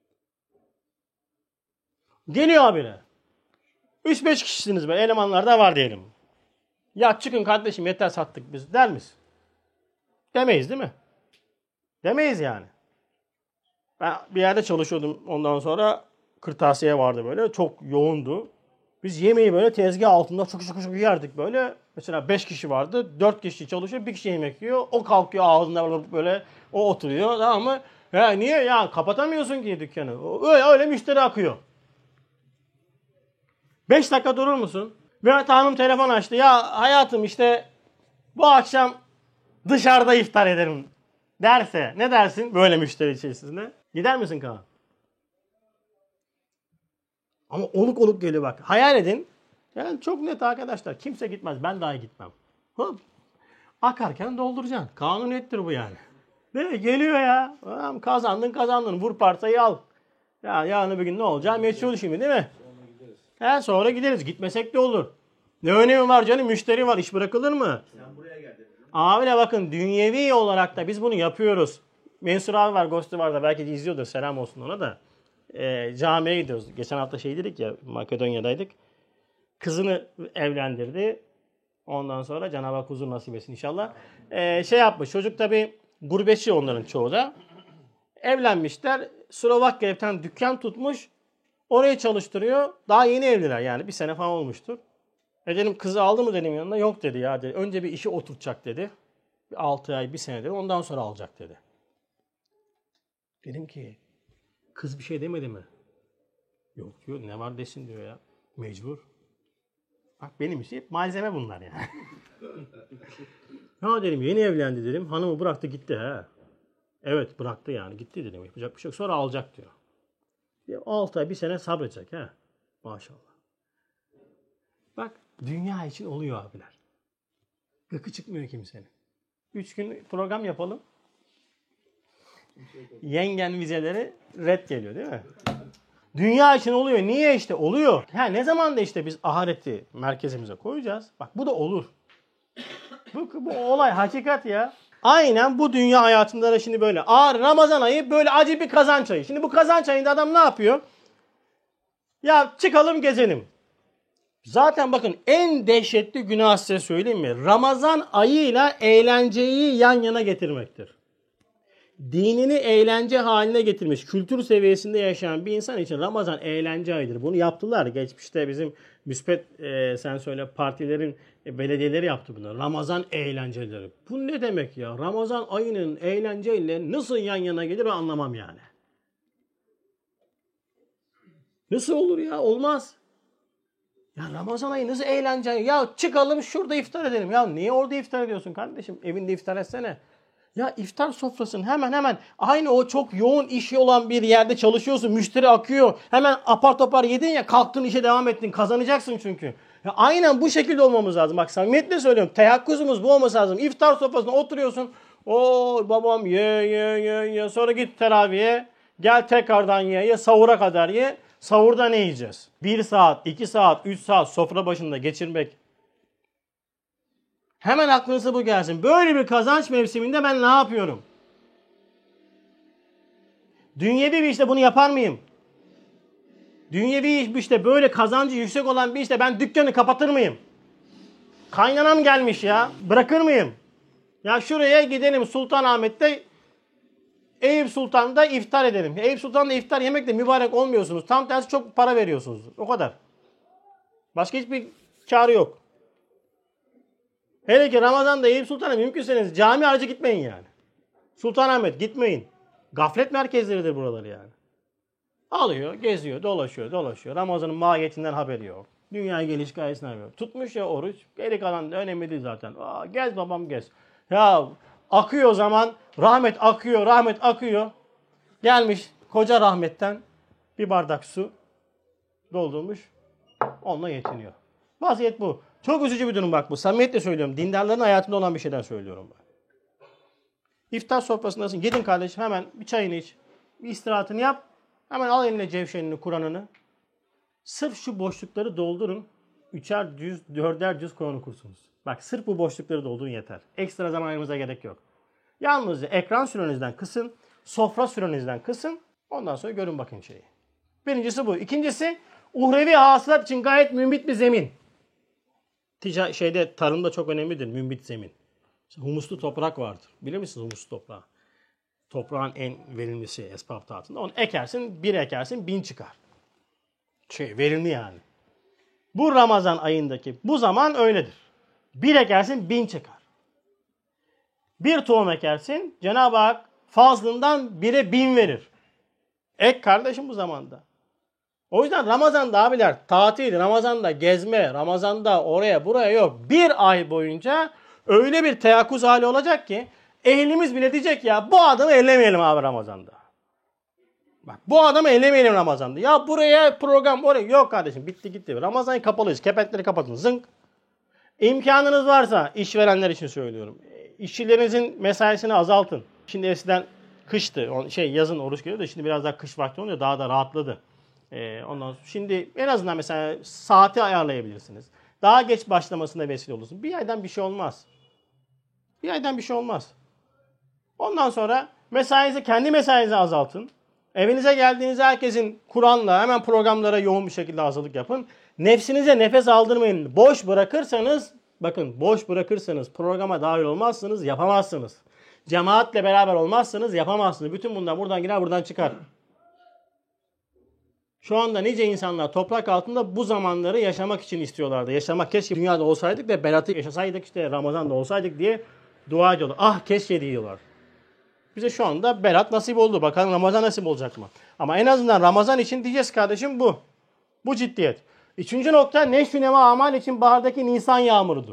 Geliyor abine. 3-5 kişisiniz böyle, elemanlar da var diyelim. Ya çıkın kardeşim yeter sattık biz der misin? Demeyiz değil mi? Demeyiz yani. Ben bir yerde çalışıyordum ondan sonra, kırtasiye vardı böyle, çok yoğundu. Biz yemeği böyle tezgah altında çok yerdik böyle. Mesela 5 kişi vardı, 4 kişi çalışıyor, 1 kişi yemek yiyor. O kalkıyor ağzında böyle o oturuyor, tamam mı? Ya niye ya? Kapatamıyorsun ki dükkanı. Öyle müşteri akıyor. 5 dakika durur musun? Veya hanım telefon açtı. Ya hayatım işte bu akşam dışarıda iftar ederim derse ne dersin böyle müşteri içerisinde? Gider misin Kaan? Ama oluk oluk geliyor bak. Hayal edin. Yani çok net arkadaşlar. Kimse gitmez. Ben dahi gitmem. Hop. Akarken dolduracaksın. Kanuniyettir bu yani. Değil mi? Geliyor ya. Kazandın. Vur parçayı al. Ya yarın bir gün ne olacağı meçhul şimdi değil mi? Sonra gideriz. Gitmesek de olur. Ne önemi var canım? Müşteri var. İş bırakılır mı? Sen buraya geldin. Abine bakın dünyevi olarak da biz bunu yapıyoruz. Mensur abi var, Ghost'u var da belki de izliyordur. Selam olsun ona da. Camiye gidiyoruz. Geçen hafta dedik ya Makedonya'daydık. Kızını evlendirdi. Ondan sonra Cenab-ı Hak huzur nasip etsin inşallah. Yapmış. Çocuk tabi gurbetçi onların çoğu da. Evlenmişler. Slovakya'da bir tane dükkan tutmuş. Orayı çalıştırıyor. Daha yeni evliler yani. Bir sene falan olmuştur. Dedim kızı aldı mı dedim yanına. Yok dedi ya dedi. Önce bir işi oturtacak dedi. 6 ay, bir sene dedi. Ondan sonra alacak dedi. Dedim ki kız bir şey demedi mi? Yok diyor. Ne var desin diyor ya. Mecbur. Bak benim için hep malzeme bunlar yani. Ya dedim yeni evlendi dedim. Hanımı bıraktı gitti ha. Evet bıraktı yani. Gitti dedim. Yapacak bir şey yok. Sonra alacak diyor. 6 ay, bir sene sabredecek ha. Maşallah. Bak dünya için oluyor abiler. Gıkı çıkmıyor kimsenin. 3 gün program yapalım. Yengen vizeleri red geliyor değil mi? Dünya için oluyor. Niye işte? Oluyor. Ne zaman da işte biz ahireti merkezimize koyacağız. Bak bu da olur. Bu olay hakikat ya. Aynen bu dünya hayatında da şimdi böyle. Ramazan ayı böyle acı bir kazanç ayı. Şimdi bu kazanç ayında adam ne yapıyor? Ya çıkalım gezelim. Zaten bakın en dehşetli günah size söyleyeyim mi? Ramazan ayıyla eğlenceyi yan yana getirmektir. Dinini eğlence haline getirmiş, kültür seviyesinde yaşayan bir insan için Ramazan eğlence ayıdır. Bunu yaptılar. Geçmişte bizim müspet sen söyle partilerin belediyeleri yaptı bunu. Ramazan eğlenceleri. Bu ne demek ya? Ramazan ayının eğlenceyle nasıl yan yana gelir ben anlamam yani. Nasıl olur ya? Olmaz. Ya Ramazan ayı nasıl eğlence ayı? Ya çıkalım şurada iftar edelim. Ya niye orada iftar ediyorsun kardeşim? Evinde iftar etsene. Ya iftar sofrasının hemen aynı o çok yoğun işi olan bir yerde çalışıyorsun. Müşteri akıyor. Hemen apar topar yedin ya kalktın işe devam ettin. Kazanacaksın çünkü. Ya aynen bu şekilde olmamız lazım. Bak samimiyetle söylüyorum. Teyakkuzumuz bu olması lazım. İftar sofrasına oturuyorsun. Oo babam ye. Sonra git teraviye. Gel tekrardan ye. Sahura kadar ye. Sahurda ne yiyeceğiz? 1 saat, 2 saat, 3 saat sofra başında geçirmek. Hemen aklınıza bu gelsin. Böyle bir kazanç mevsiminde ben ne yapıyorum? Dünyevi bir işte bunu yapar mıyım? Dünyevi bir işte böyle kazancı yüksek olan bir işte ben dükkanı kapatır mıyım? Kaynanam gelmiş ya. Bırakır mıyım? Ya şuraya gidelim Sultanahmet'te Eyüp Sultan'da iftar edelim. Eyüp Sultan'da iftar yemekle mübarek olmuyorsunuz. Tam tersi çok para veriyorsunuz. O kadar. Başka hiçbir kârı yok. Hele ki Ramazan'da Eyüp Sultan'a mümkünseniz cami harcı gitmeyin yani. Sultanahmet gitmeyin. Gaflet merkezleridir buraları yani. Alıyor, geziyor, dolaşıyor. Ramazan'ın mahiyetinden haberi yok. Dünyaya geliş gayesinden haberi yok. Tutmuş ya oruç. Geri kalan da önemli değil zaten. Gez babam gez. Ya akıyor zaman. Rahmet akıyor. Gelmiş koca rahmetten bir bardak su doldurmuş. Onunla yetiniyor. Vaziyet bu. Çok üzücü bir durum bak bu. Samimiyetle söylüyorum. Dindarların hayatında olan bir şeyden söylüyorum ben. İftar sofrasındasın. Gidin kardeşim hemen bir çayını iç. Bir istirahatını yap. Hemen al eline cevşenini, Kur'an'ını. Sırf şu boşlukları doldurun. 3'er cüz, 4'er cüz Kur'an okursunuz. Bak sırf bu boşlukları doldurun yeter. Ekstra zaman ayırmanıza gerek yok. Yalnızca ekran sürenizden kısın. Sofra sürenizden kısın. Ondan sonra görün bakın şeyi. Birincisi bu. İkincisi uhrevi hasılat için gayet mümbit bir zemin. Tarımda çok önemlidir mümbit zemin. İşte humuslu toprak vardır. Bilir misiniz humuslu toprağı? Toprağın en verimlisi esbab tahtında. Onu ekersin, 1000 çıkar. Verimli yani. Bu Ramazan ayındaki bu zaman öyledir. 1 ekersin 1000 çıkar. Bir tohum ekersin, Cenab-ı Hak fazlından 1'e 1000 verir. Ek kardeşim bu zamanda. O yüzden Ramazan'da abiler tatil, Ramazan'da gezme, Ramazan'da oraya buraya yok. Bir ay boyunca öyle bir teyakkuz hali olacak ki ehlimiz bile diyecek ya bu adamı ellemeyelim abi Ramazan'da. Bak bu adamı ellemeyelim Ramazan'da. Ya buraya program oraya yok kardeşim bitti gitti. Ramazan'ı kapalıyız. Kepenkleri kapatın zınk. İmkanınız varsa işverenler için söylüyorum. İşçilerinizin mesaisini azaltın. Şimdi eskiden kıştı. Yazın oruç geliyor da şimdi biraz daha kış vakti oluyor. Daha da rahatladı. Ondan sonra şimdi en azından mesela saati ayarlayabilirsiniz. Daha geç başlamasına vesile olursun. Bir aydan bir şey olmaz. Bir aydan bir şey olmaz. Ondan sonra kendi mesainizi azaltın. Evinize geldiğinizde herkesin Kur'an'la hemen programlara yoğun bir şekilde hazırlık yapın. Nefsinize nefes aldırmayın. Boş bırakırsanız programa dahil olmazsınız, yapamazsınız. Cemaatle beraber olmazsanız yapamazsınız. Bütün bunlar buradan girer, buradan çıkar. Şu anda nice insanlar toprak altında bu zamanları yaşamak için istiyorlardı. Keşke dünyada olsaydık ve beratı yaşasaydık işte Ramazan'da olsaydık diye dua ediyorlar. Ah keşke diyorlar. Bize şu anda berat nasip oldu. Bakalım Ramazan nasip olacak mı? Ama en azından Ramazan için diyeceğiz kardeşim bu. Bu ciddiyet. Üçüncü nokta neşv-i nema amal için bahardaki Nisan yağmurudur.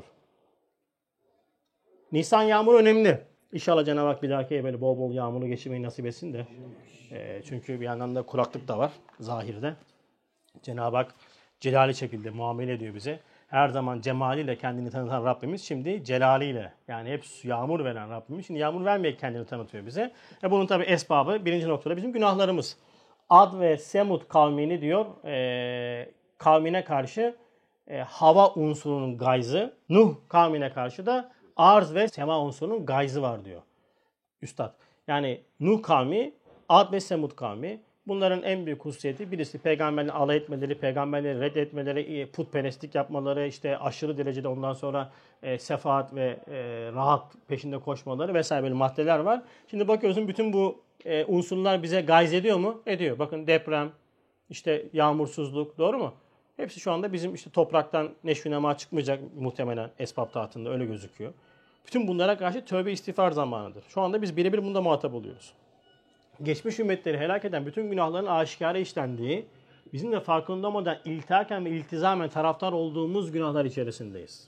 Nisan yağmuru önemli. İnşallah Cenab-ı Hak bir dahaki böyle bol bol yağmuru geçirmeyi nasip etsin de. Çünkü bir yandan da kuraklık da var zahirde. Cenab-ı Hak celali şekilde muamele ediyor bize. Her zaman cemaliyle kendini tanıtan Rabbimiz şimdi celaliyle yani hep yağmur veren Rabbimiz şimdi yağmur vermeyerek kendini tanıtıyor bize. Bunun tabi esbabı birinci noktada bizim günahlarımız. Ad ve Semud kavmini diyor kavmine karşı hava unsurunun gayzı. Nuh kavmine karşı da arz ve sema unsurunun gayzı var diyor Üstad. Yani Nuh kavmi, Ad ve Semud kavmi. Bunların en büyük hususiyeti birisi peygamberle alay etmeleri, peygamberleri reddetmeleri, putperestlik yapmaları, işte aşırı derecede ondan sonra sefaat ve rahat peşinde koşmaları vesaire böyle maddeler var. Şimdi bakıyorsun bütün bu unsurlar bize gayz ediyor mu? Ediyor. Bakın deprem, işte yağmursuzluk, doğru mu? Hepsi şu anda bizim işte topraktan neşv-i nema çıkmayacak muhtemelen esbab tahtında öyle gözüküyor. Bütün bunlara karşı tövbe istiğfar zamanıdır. Şu anda biz birebir bunda muhatap oluyoruz. Geçmiş ümmetleri helak eden bütün günahların aşikare işlendiği, bizim de farkında olmadan iltihaken ve iltizamen taraftar olduğumuz günahlar içerisindeyiz.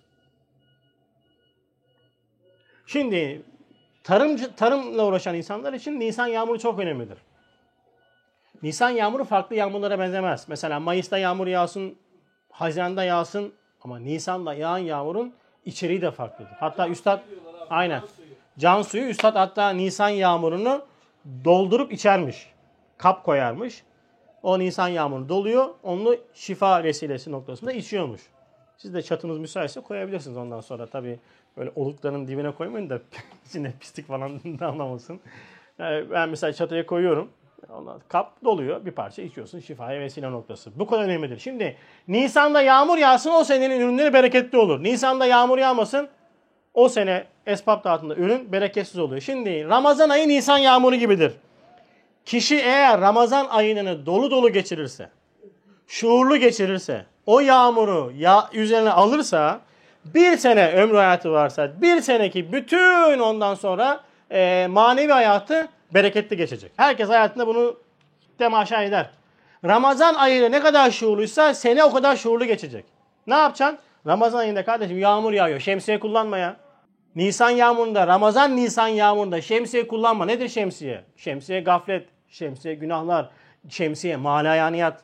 Şimdi tarımla uğraşan insanlar için Nisan yağmuru çok önemlidir. Nisan yağmuru farklı yağmurlara benzemez. Mesela Mayıs'ta yağmur yağsın, Haziran'da yağsın ama Nisan'da yağan yağmurun içeriği de farklıdır. Hatta Üstad, aynen, can suyu Üstad hatta Nisan yağmurunu doldurup içermiş. Kap koyarmış. O Nisan yağmuru doluyor. Onu şifa vesilesi noktasında içiyormuş. Siz de çatınız müsaitse koyabilirsiniz ondan sonra. Tabii böyle olukların dibine koymayın da içinde pislik falan da anlamasın. Ben mesela çatıya koyuyorum. Ondan kap doluyor. Bir parça içiyorsun. Şifaya vesile noktası. Bu kadar önemlidir. Şimdi Nisan'da yağmur yağsın o senenin ürünleri bereketli olur. Nisan'da yağmur yağmasın o sene esbab dağıtında ürün bereketsiz oluyor. Şimdi Ramazan ayı Nisan yağmuru gibidir. Kişi eğer Ramazan ayını dolu dolu geçirirse, şuurlu geçirirse, o yağmuru üzerine alırsa, bir sene ömrü hayatı varsa, bir seneki bütün ondan sonra manevi hayatı bereketli geçecek. Herkes hayatında bunu temaşa eder. Ramazan ayıyla ne kadar şuurluysa sene o kadar şuurlu geçecek. Ne yapacaksın? Ramazan ayında kardeşim yağmur yağıyor. Şemsiye kullanma ya. Nisan yağmurunda, Nisan yağmurunda şemsiye kullanma. Nedir şemsiye? Şemsiye gaflet, şemsiye günahlar, şemsiye malayaniyat.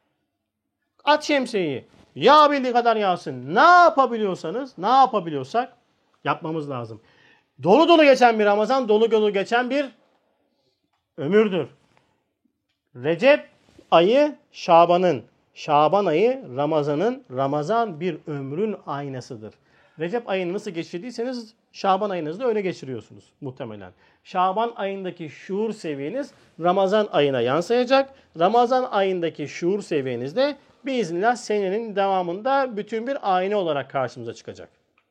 At şemsiyeyi. Yağabildiği kadar yağsın. Ne yapabiliyorsanız, ne yapabiliyorsak yapmamız lazım. Dolu dolu geçen bir Ramazan, dolu dolu geçen bir ömürdür. Recep ayı Şaban'ın, Şaban ayı Ramazan'ın, Ramazan bir ömrün aynasıdır. Recep ayını nasıl geçirdiyseniz Şaban ayınızda öyle geçiriyorsunuz muhtemelen. Şaban ayındaki şuur seviyeniz Ramazan ayına yansıyacak. Ramazan ayındaki şuur seviyeniz de biiznillah senenin devamında bütün bir ayna olarak karşımıza çıkacak.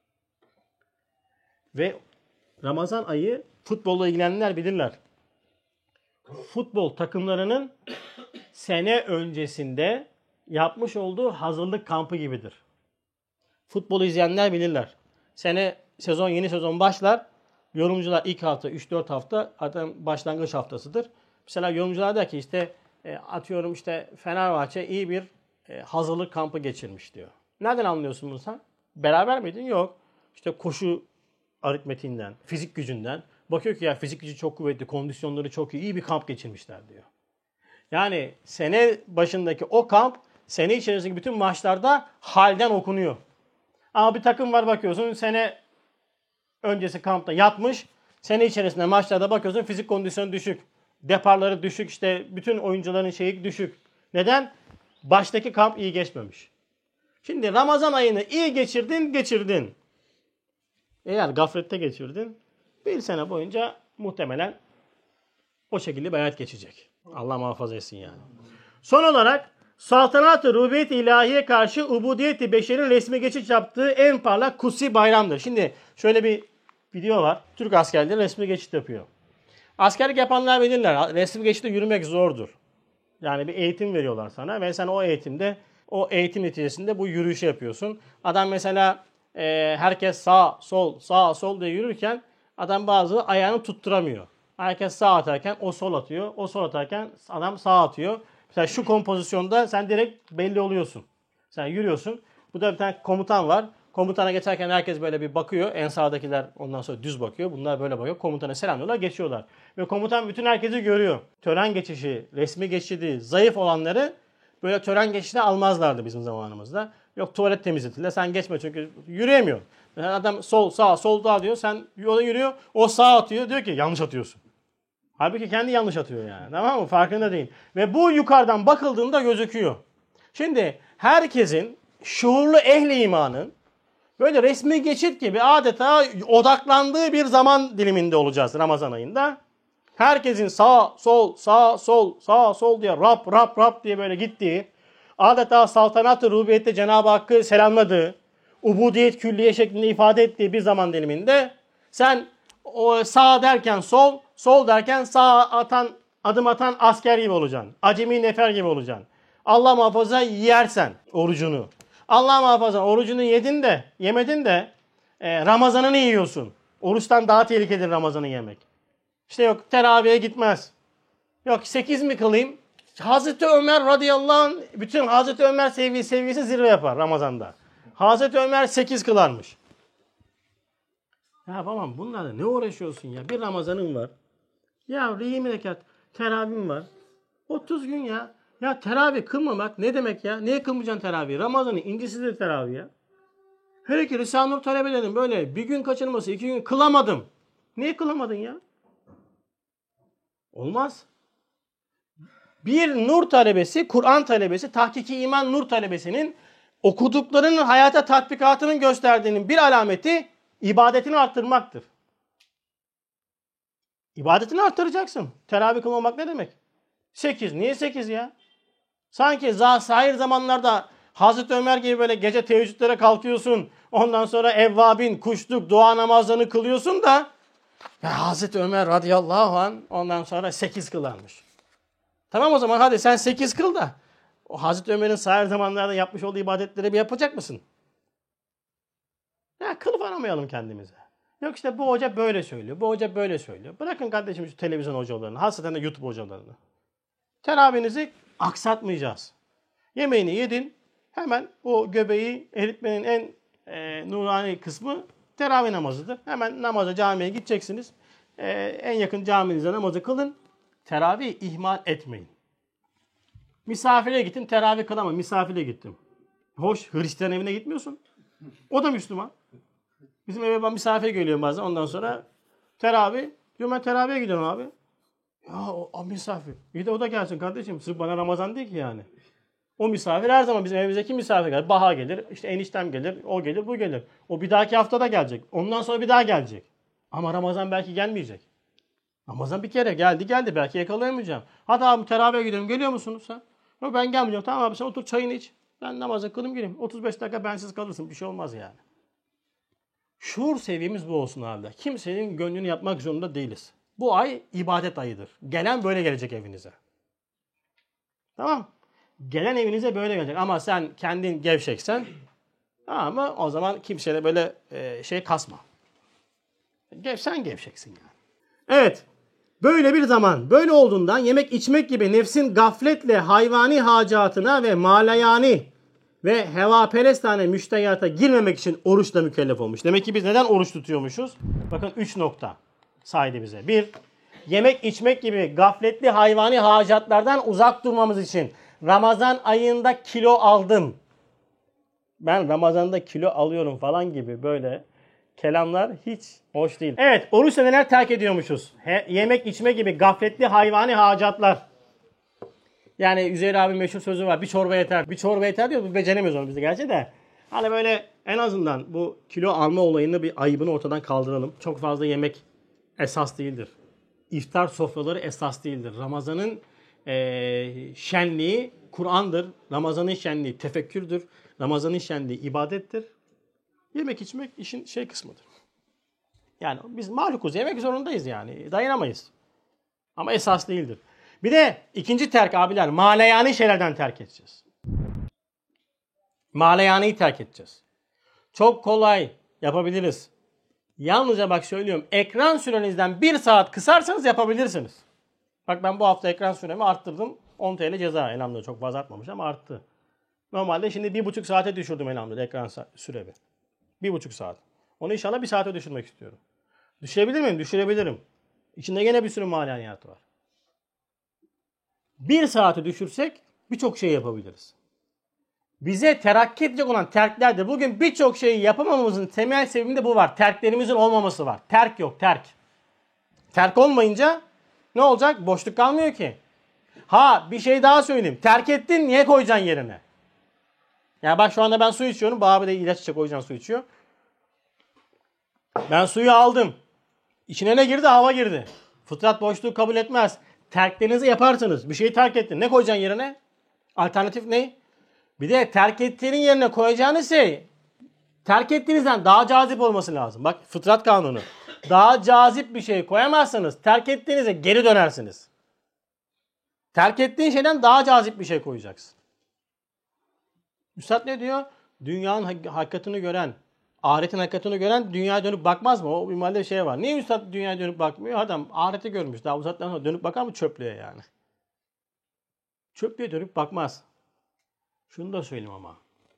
Ve Ramazan ayı futbolla ilgilenenler bilirler. Futbol takımlarının sene öncesinde yapmış olduğu hazırlık kampı gibidir. Futbolu izleyenler bilirler. Yeni sezon başlar. Yorumcular ilk hafta 3-4 hafta zaten başlangıç haftasıdır. Mesela yorumcular der ki işte atıyorum işte Fenerbahçe iyi bir hazırlık kampı geçirmiş diyor. Nereden anlıyorsun bunu sen? Beraber miydin? Yok. İşte koşu aritmetiğinden, fizik gücünden. Bakıyor ki ya fizik gücü çok kuvvetli, kondisyonları çok iyi, iyi bir kamp geçirmişler diyor. Yani sene başındaki o kamp sene içerisindeki bütün maçlarda halden okunuyor. Ama bir takım var bakıyorsun sene öncesi kampta yatmış. Sene içerisinde maçlarda bakıyorsun fizik kondisyonu düşük. Deparları düşük, işte bütün oyuncuların şeyi düşük. Neden? Baştaki kamp iyi geçmemiş. Şimdi Ramazan ayını iyi geçirdin. Eğer gaflette geçirdin, bir sene boyunca muhtemelen o şekilde bir hayat geçecek. Allah muhafaza etsin yani. Son olarak saltanat-ı rububiyet-i ilahiye karşı ubudiyet-i beşerin resmi geçiş yaptığı en parlak kutsi bayramdır. Şimdi şöyle bir video var. Türk askerleri resmi geçit yapıyor. Askerlik yapanlar bilirler. Resmi geçitte yürümek zordur. Yani bir eğitim veriyorlar sana ve sen o eğitimde, o eğitim neticesinde bu yürüyüşü yapıyorsun. Adam mesela herkes sağ sol diye yürürken adam bazı ayağını tutturamıyor. Herkes sağ atarken o sol atıyor. O sol atarken adam sağ atıyor. Mesela şu kompozisyonda sen direkt belli oluyorsun. Sen yürüyorsun. Burada bir tane komutan var. Komutana geçerken herkes böyle bir bakıyor. En sağdakiler ondan sonra düz bakıyor. Bunlar böyle bakıyor. Komutana selamlıyorlar, geçiyorlar. Ve komutan bütün herkesi görüyor. Tören geçişi, resmi geçidi, zayıf olanları böyle tören geçişine almazlardı bizim zamanımızda. Yok tuvalet temizletirler. Sen geçme çünkü yürüyemiyor. Yani adam sol sağ diyor. Sen yola yürüyor. O sağ atıyor. Diyor ki yanlış atıyorsun. Halbuki kendi yanlış atıyor yani. Tamam mı? Farkında değil. Ve bu yukarıdan bakıldığında gözüküyor. Şimdi herkesin şuurlu ehli imanın böyle resmi geçit gibi adeta odaklandığı bir zaman diliminde olacağız Ramazan ayında. Herkesin sağ sol diye rap diye böyle gittiği, adeta saltanat-ı rububiyette Cenab-ı Hakk'ı selamladığı, ubudiyet külliye şeklinde ifade ettiği bir zaman diliminde sen o sağ derken sol derken adım atan asker gibi olacaksın. Acemi nefer gibi olacaksın. Allah muhafaza yersen orucunu. Allah muhafaza orucunu yemedin de Ramazan'ını yiyorsun. Oruçtan daha tehlikelidir Ramazan'ı yemek. İşte yok teravihe gitmez. Yok 8 mi kılayım? Hazreti Ömer radıyallahu anh bütün Hazreti Ömer sevgisi zirve yapar Ramazan'da. Hazreti Ömer 8 kılarmış. Ya babam bunlarla ne uğraşıyorsun ya? Bir Ramazan'ın var. Ya 20 rekat teravihim var. 30 gün ya. Ya teravih kılmamak ne demek ya? Niye kılmayacaksın teravih? Ramazan'ın incisidir teravih ya. Hele ki Risale-i Nur talebelerinin böyle bir gün kaçırması, 2 gün kılamadım. Niye kılamadın ya? Olmaz. Bir nur talebesi, Kur'an talebesi, tahkiki iman nur talebesinin okuduklarının hayata tatbikatının gösterdiğinin bir alameti ibadetini arttırmaktır. İbadetini arttıracaksın. Teravih kılmamak ne demek? 8. Niye 8 ya? Sanki sahir zamanlarda Hazreti Ömer gibi böyle gece teheccüdlere kalkıyorsun. Ondan sonra evvabin, kuşluk, dua namazlarını kılıyorsun da ya Hazreti Ömer radıyallahu anh ondan sonra 8 kılarmış. Tamam o zaman hadi sen 8 kıl da o Hazreti Ömer'in sahir zamanlarda yapmış olduğu ibadetleri bir yapacak mısın? Ya kılıf aramayalım kendimize. Yok işte bu hoca böyle söylüyor, bu hoca böyle söylüyor. Bırakın kardeşim şu televizyon hocalarını, hasreten de YouTube hocalarını. Teravihinizi aksatmayacağız. Yemeğini yedin, hemen o göbeği eritmenin en nurani kısmı teravih namazıdır. Hemen namaza, camiye gideceksiniz. En yakın caminize namazı kılın. Teravih ihmal etmeyin. Misafire gittin, teravih kılamam. Misafire gittim. Hoş, Hristiyan evine gitmiyorsun. O da Müslüman. Bizim eve ben misafir geliyorum bazen. Ondan sonra teravih. Diyorum ben teravihe gidiyorum abi. Ya o misafir. İyi de o da gelsin kardeşim. Sırf bana Ramazan değil ki yani. O misafir her zaman bizim evimizdeki misafir gelir. Baha gelir, işte eniştem gelir, o gelir, bu gelir. O bir dahaki haftada gelecek. Ondan sonra bir daha gelecek. Ama Ramazan belki gelmeyecek. Ramazan bir kere geldi. Belki yakalayamayacağım. Hadi abi teravihe gidiyorum. Geliyor musunuz sen? Yok ben gelmeyeceğim. Tamam abi sen otur çayını iç. Ben namazı kılayım geleyim. 35 dakika bensiz kalırsın. Bir şey olmaz yani. Şuur seviyemiz bu olsun halde. Kimsenin gönlünü yapmak zorunda değiliz. Bu ay ibadet ayıdır. Gelen böyle gelecek evinize. Tamam. Gelen evinize böyle gelecek. Ama sen kendin gevşeksen ama o zaman kimseye böyle kasma. Sen gevşeksin yani. Evet. Böyle bir zaman, böyle olduğundan yemek içmek gibi nefsin gafletle hayvani hacatına ve malayani ve hevaperestane müştehiyata girmemek için oruçla mükellef olmuş. Demek ki biz neden oruç tutuyormuşuz? Bakın 3 nokta saydı bize. 1. Yemek içmek gibi gafletli hayvani hacatlardan uzak durmamız için Ramazan ayında kilo aldım. Ben Ramazan'da kilo alıyorum falan gibi böyle kelamlar hiç hoş değil. Evet, oruçla neler terk ediyormuşuz? Yemek içme gibi gafletli hayvani hacatlar. Yani Üzeyir abi meşhur sözü var. Bir çorba yeter. Bir çorba yeter diyor. Biz beceremiyoruz onu biz de gerçi de. Hani böyle en azından bu kilo alma olayını bir ayıbını ortadan kaldıralım. Çok fazla yemek esas değildir. İftar sofraları esas değildir. Ramazan'ın şenliği Kur'an'dır. Ramazan'ın şenliği tefekkürdür. Ramazan'ın şenliği ibadettir. Yemek içmek işin şey kısmıdır. Yani biz mahlukuz. Yemek zorundayız yani. Dayanamayız. Ama esas değildir. Bir de ikinci terk abiler. Maleyani şeylerden terk edeceğiz. Maleyani'yi terk edeceğiz. Çok kolay yapabiliriz. Yalnızca bak söylüyorum. Ekran sürenizden 1 saat kısarsanız yapabilirsiniz. Bak ben bu hafta ekran süremi arttırdım. 10 TL ceza. Elhamdülillah çok fazla artmamış ama arttı. Normalde şimdi 1,5 saate düşürdüm elhamdülillah ekran süremi. 1,5 saat. Onu inşallah 1 saate düşürmek istiyorum. Düşürebilir miyim? Düşürebilirim. İçinde gene bir sürü maneviyatı var. 1 saati düşürsek birçok şey yapabiliriz. Bize terakki edecek olan terklerdir. Bugün birçok şeyi yapamamamızın temel sebebinde bu var. Terklerimizin olmaması var. Terk yok, terk. Terk olmayınca ne olacak? Boşluk kalmıyor ki. Ha bir şey daha söyleyeyim. Terk ettin niye koyacaksın yerine? Yani bak şu anda ben su içiyorum. Bu abi de ilaç içecek o yüzden su içiyor. Ben suyu aldım. İçine ne girdi? Hava girdi. Fıtrat boşluğu kabul etmez. Terklerinizi yaparsınız. Bir şeyi terk ettin. Ne koyacaksın yerine? Alternatif ne? Bir de terk ettiğinin yerine koyacağınız şey terk ettiğinizden daha cazip olması lazım. Bak fıtrat kanunu. Daha cazip bir şey koyamazsanız terk ettiğinize geri dönersiniz. Terk ettiğin şeyden daha cazip bir şey koyacaksın. Üstad ne diyor? Dünyanın hakikatini gören, ahiretin hakikatini gören dünyaya dönüp bakmaz mı? O bir şey var. Niye üstad dünyaya dönüp bakmıyor? Adam ahireti görmüş. Daha uzaktan sonra dönüp bakar mı çöplüğe yani? Çöplüğe dönüp bakmaz. Şunu da söyleyeyim ama.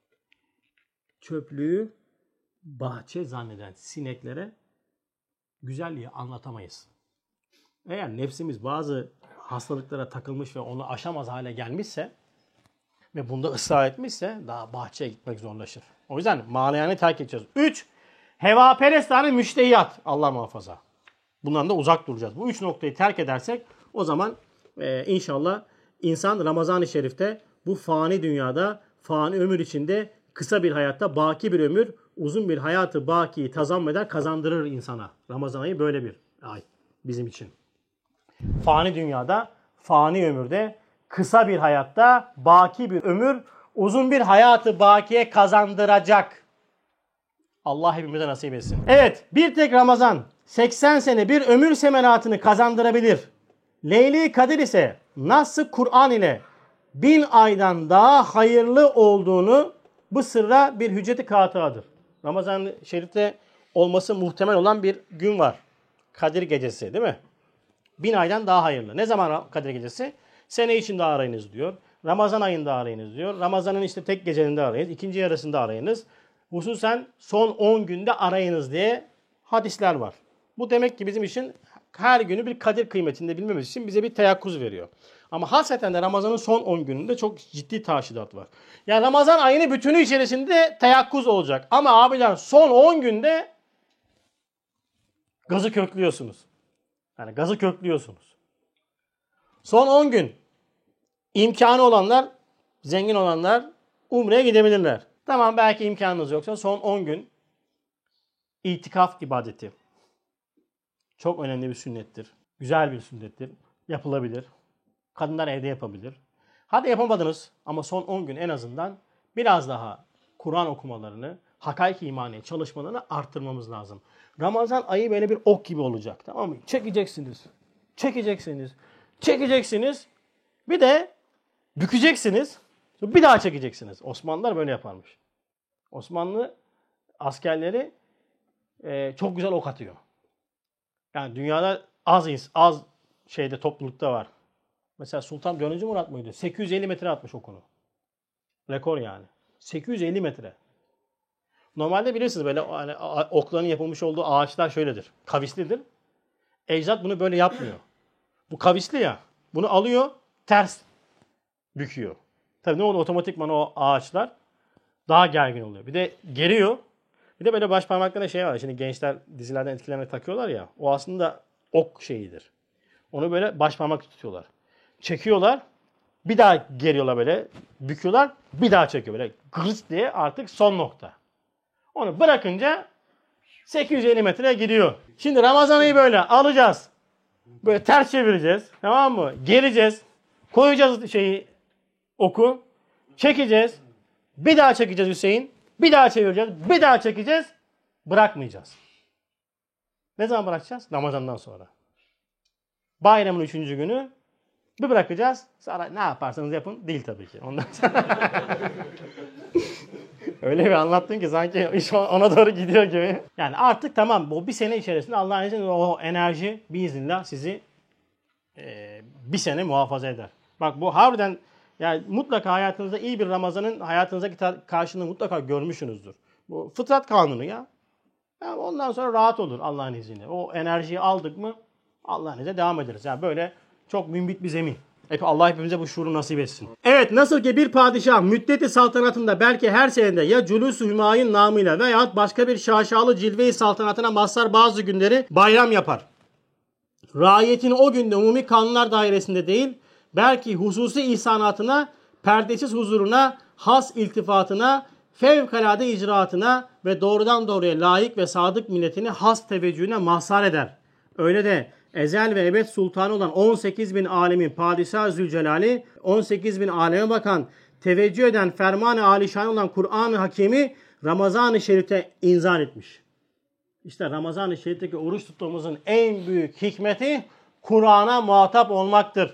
Çöplüğü bahçe zanneden sineklere güzelliği anlatamayız. Eğer nefsimiz bazı hastalıklara takılmış ve onu aşamaz hale gelmişse ve bunda ısrar etmişse daha bahçeye gitmek zorlaşır. O yüzden manayanı terk edeceğiz. 3. Hevaperestane müştehiyat. Allah muhafaza. Bundan da uzak duracağız. Bu 3 noktayı terk edersek o zaman inşallah insan Ramazan-ı Şerif'te bu fani dünyada, fani ömür içinde kısa bir hayatta baki bir ömür, uzun bir hayatı bakiyi tazam eder, kazandırır insana. Ramazan ayı böyle bir ay bizim için. Fani dünyada, fani ömürde, kısa bir hayatta, baki bir ömür, uzun bir hayatı bakiye kazandıracak. Allah hepimize nasip etsin. Evet, bir tek Ramazan 80 sene bir ömür semeratını kazandırabilir. Leyli Kadir ise Nas-ı Kur'an ile 1000 aydan daha hayırlı olduğunu bu sırra bir hücceti kâtıadır. Ramazan-ı Şerif'te olması muhtemel olan bir gün var. Kadir Gecesi değil mi? 1000 aydan daha hayırlı. Ne zaman Kadir Gecesi? Sene içinde arayınız diyor. Ramazan ayında arayınız diyor. Ramazan'ın işte tek gecelerinde arayınız. İkinci yarısında arayınız. Hususen son 10 günde arayınız diye hadisler var. Bu demek ki bizim için her günü bir kadir kıymetinde bilmemiz için bize bir teyakkuz veriyor. Ama hasreten de Ramazan'ın son 10 gününde çok ciddi taşidat var. Yani Ramazan ayını bütünü içerisinde teyakkuz olacak. Ama abiler son 10 günde gazı köklüyorsunuz. Yani gazı köklüyorsunuz. Son 10 gün imkanı olanlar, zengin olanlar Umre'ye gidebilirler. Tamam belki imkanınız yoksa son 10 gün itikaf ibadeti. Çok önemli bir sünnettir. Güzel bir sünnettir. Yapılabilir. Kadınlar evde yapabilir. Hadi yapamadınız ama son 10 gün en azından biraz daha Kur'an okumalarını, hakaik imani çalışmalarını arttırmamız lazım. Ramazan ayı böyle bir ok gibi olacak. Tamam mı? Çekeceksiniz. Çekeceksiniz. Çekeceksiniz. Bir de bükeceksiniz. Bir daha çekeceksiniz. Osmanlılar böyle yaparmış. Osmanlı askerleri çok güzel ok atıyor. Yani dünyada az şeyde toplulukta var. Mesela Sultan 4. Murat mıydı? 850 metre atmış okunu. Rekor yani. 850 metre. Normalde bilirsiniz böyle hani okların yapılmış olduğu ağaçlar şöyledir. Kavislidir. Ecdat bunu böyle yapmıyor. Bu kavisli ya. Bunu alıyor, ters büküyor. Tabii ne oluyor? Otomatikman o ağaçlar daha gergin oluyor. Bir de geriyor. Bir de böyle baş parmaklarına şey var. Şimdi gençler dizilerden etkilenerek takıyorlar ya. O aslında ok şeyidir. Onu böyle baş parmak tutuyorlar. Çekiyorlar. Bir daha geriyorlar böyle. Büküyorlar. Bir daha çekiyor böyle. Gırıs diye artık son nokta. Onu bırakınca 850 metreye gidiyor. Şimdi Ramazan'ı böyle alacağız. Böyle ters çevireceğiz. Tamam mı? Gereceğiz. Koyacağız oku. Çekeceğiz. Bir daha çekeceğiz Hüseyin. Bir daha çevireceğiz. Bir daha çekeceğiz. Bırakmayacağız. Ne zaman bırakacağız? Ramazan'dan sonra. Bayramın 3. günü bir bırakacağız. Sonra ne yaparsanız yapın. Değil tabii ki. Ondan sonra öyle bir anlattın ki sanki iş ona doğru gidiyor gibi. Yani artık tamam bu bir sene içerisinde Allah'ın izniyle o enerji biiznillah sizi bir sene muhafaza eder. Bak bu harbiden yani mutlaka hayatınızda iyi bir Ramazan'ın hayatınızdaki karşılığını mutlaka görmüşsünüzdür. Bu fıtrat kanunu ya. Yani ondan sonra rahat olur Allah'ın izniyle. O enerjiyi aldık mı Allah'ın izniyle devam ederiz. Yani böyle çok mümbit bir zemin. Allah hepimize bu şuuru nasip etsin. Evet nasıl ki bir padişah müddeti saltanatında belki her senede ya Cülûs-u Hümayun namıyla veya başka bir şaşalı cilve-i saltanatına mazhar bazı günleri bayram yapar. Raiyetini o günde umumi kanunlar dairesinde değil belki hususi ihsanatına, perdesiz huzuruna, has iltifatına, fevkalade icraatına ve doğrudan doğruya layık ve sadık milletini has teveccühüne mazhar eder. Öyle de ezel ve ebed sultanı olan 18 bin alemin padişah Zülcelal'i 18 bin aleme bakan teveccüh eden ferman-ı alişan olan Kur'an-ı Hakimi Ramazan-ı Şerif'te inzal etmiş. İşte Ramazan-ı Şerif'teki oruç tuttuğumuzun en büyük hikmeti Kur'an'a muhatap olmaktır.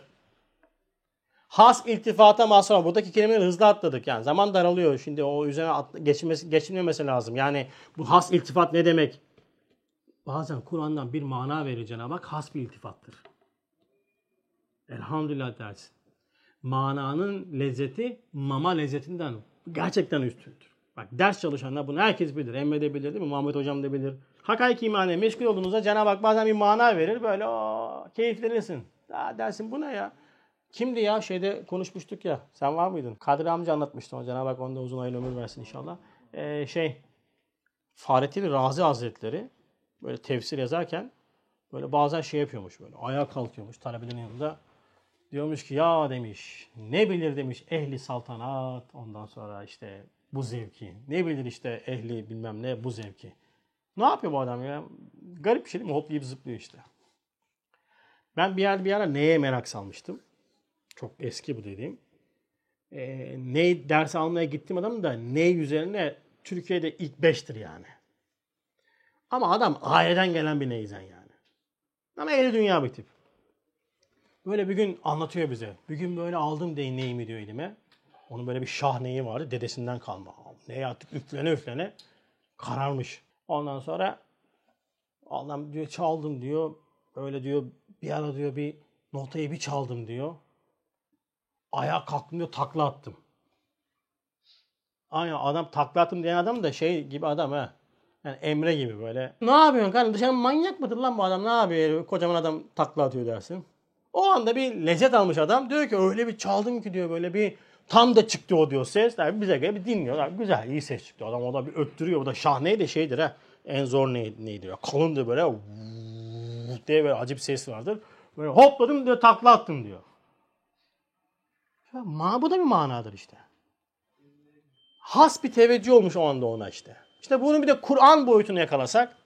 Has iltifata mazhar. Buradaki kelimeleri hızlı atladık. Yani zaman daralıyor. Şimdi o üzerine geçilmemesi lazım. Yani bu has iltifat ne demek? Bazen Kur'an'dan bir mana verir Cenab-ı Hak has bir iltifattır. Elhamdülillah dersin. Mananın lezzeti mama lezzetinden gerçekten üstündür. Bak ders çalışanlar bunu herkes bilir. Emre de bilir değil mi? Muhammed Hocam da bilir. Hakiki imane meşgul olduğunuzda Cenab-ı Hak bazen bir mana verir. Böyle keyiflenirsin. Daha dersin bu ne ya? Kimdi ya? Şeyde konuşmuştuk ya. Sen var mıydın? Kadri amca anlatmıştı o. Cenab-ı Hak onda uzun hayırlı ömür versin inşallah. Fahrettin Razi Hazretleri böyle tefsir yazarken böyle bazen şey yapıyormuş böyle. Ayağa kalkıyormuş talebelerin yanında. Diyormuş ki ya demiş ne bilir demiş ehli saltanat ondan sonra işte bu zevki. Ne bilir işte ehli bilmem ne bu zevki. Ne yapıyor bu adam ya? Garip bir şey değil mi? Hoplayıp zıplıyor işte. Ben bir ara neye merak salmıştım. Çok eski bu dediğim. Ne ders almaya gittim adam da ne üzerine Türkiye'de ilk 5'tir yani. Ama adam aileden gelen bir neyzen yani. Ama ehli dünya bir tip. Böyle bir gün anlatıyor bize. Bir gün böyle aldım neyimi diyor elime. Onun böyle bir şah neyi vardı. Dedesinden kalma. Neyi artık üflene üflene kararmış. Ondan sonra adam diyor çaldım diyor. Öyle diyor bir ara diyor bir notayı bir çaldım diyor. Ayağa kalktım diyor takla attım. Aynen adam takla attım diyen adam da şey gibi adam ha. Yani Emre gibi böyle. Ne yapıyorsun kardeşim? Dışarı manyak mıdır lan bu adam? Ne yapıyor? Kocaman adam takla atıyor dersin. O anda bir lezzet almış adam. Diyor ki öyle bir çaldım ki diyor böyle bir tam da çıktı o diyor ses. Tabii bize göre bir dinliyor. Güzel iyi ses çıktı. Adam o da bir öttürüyor. O da şahneyi de şeydir ha. En zor neydi ya? Kalındır böyle diye böyle acı bir ses vardır. Böyle hopladım diyor takla attım diyor. Bu da bir manadır işte. Has bir teveccüh olmuş o anda ona işte. İşte bunu bir de Kur'an boyutunu yakalasak.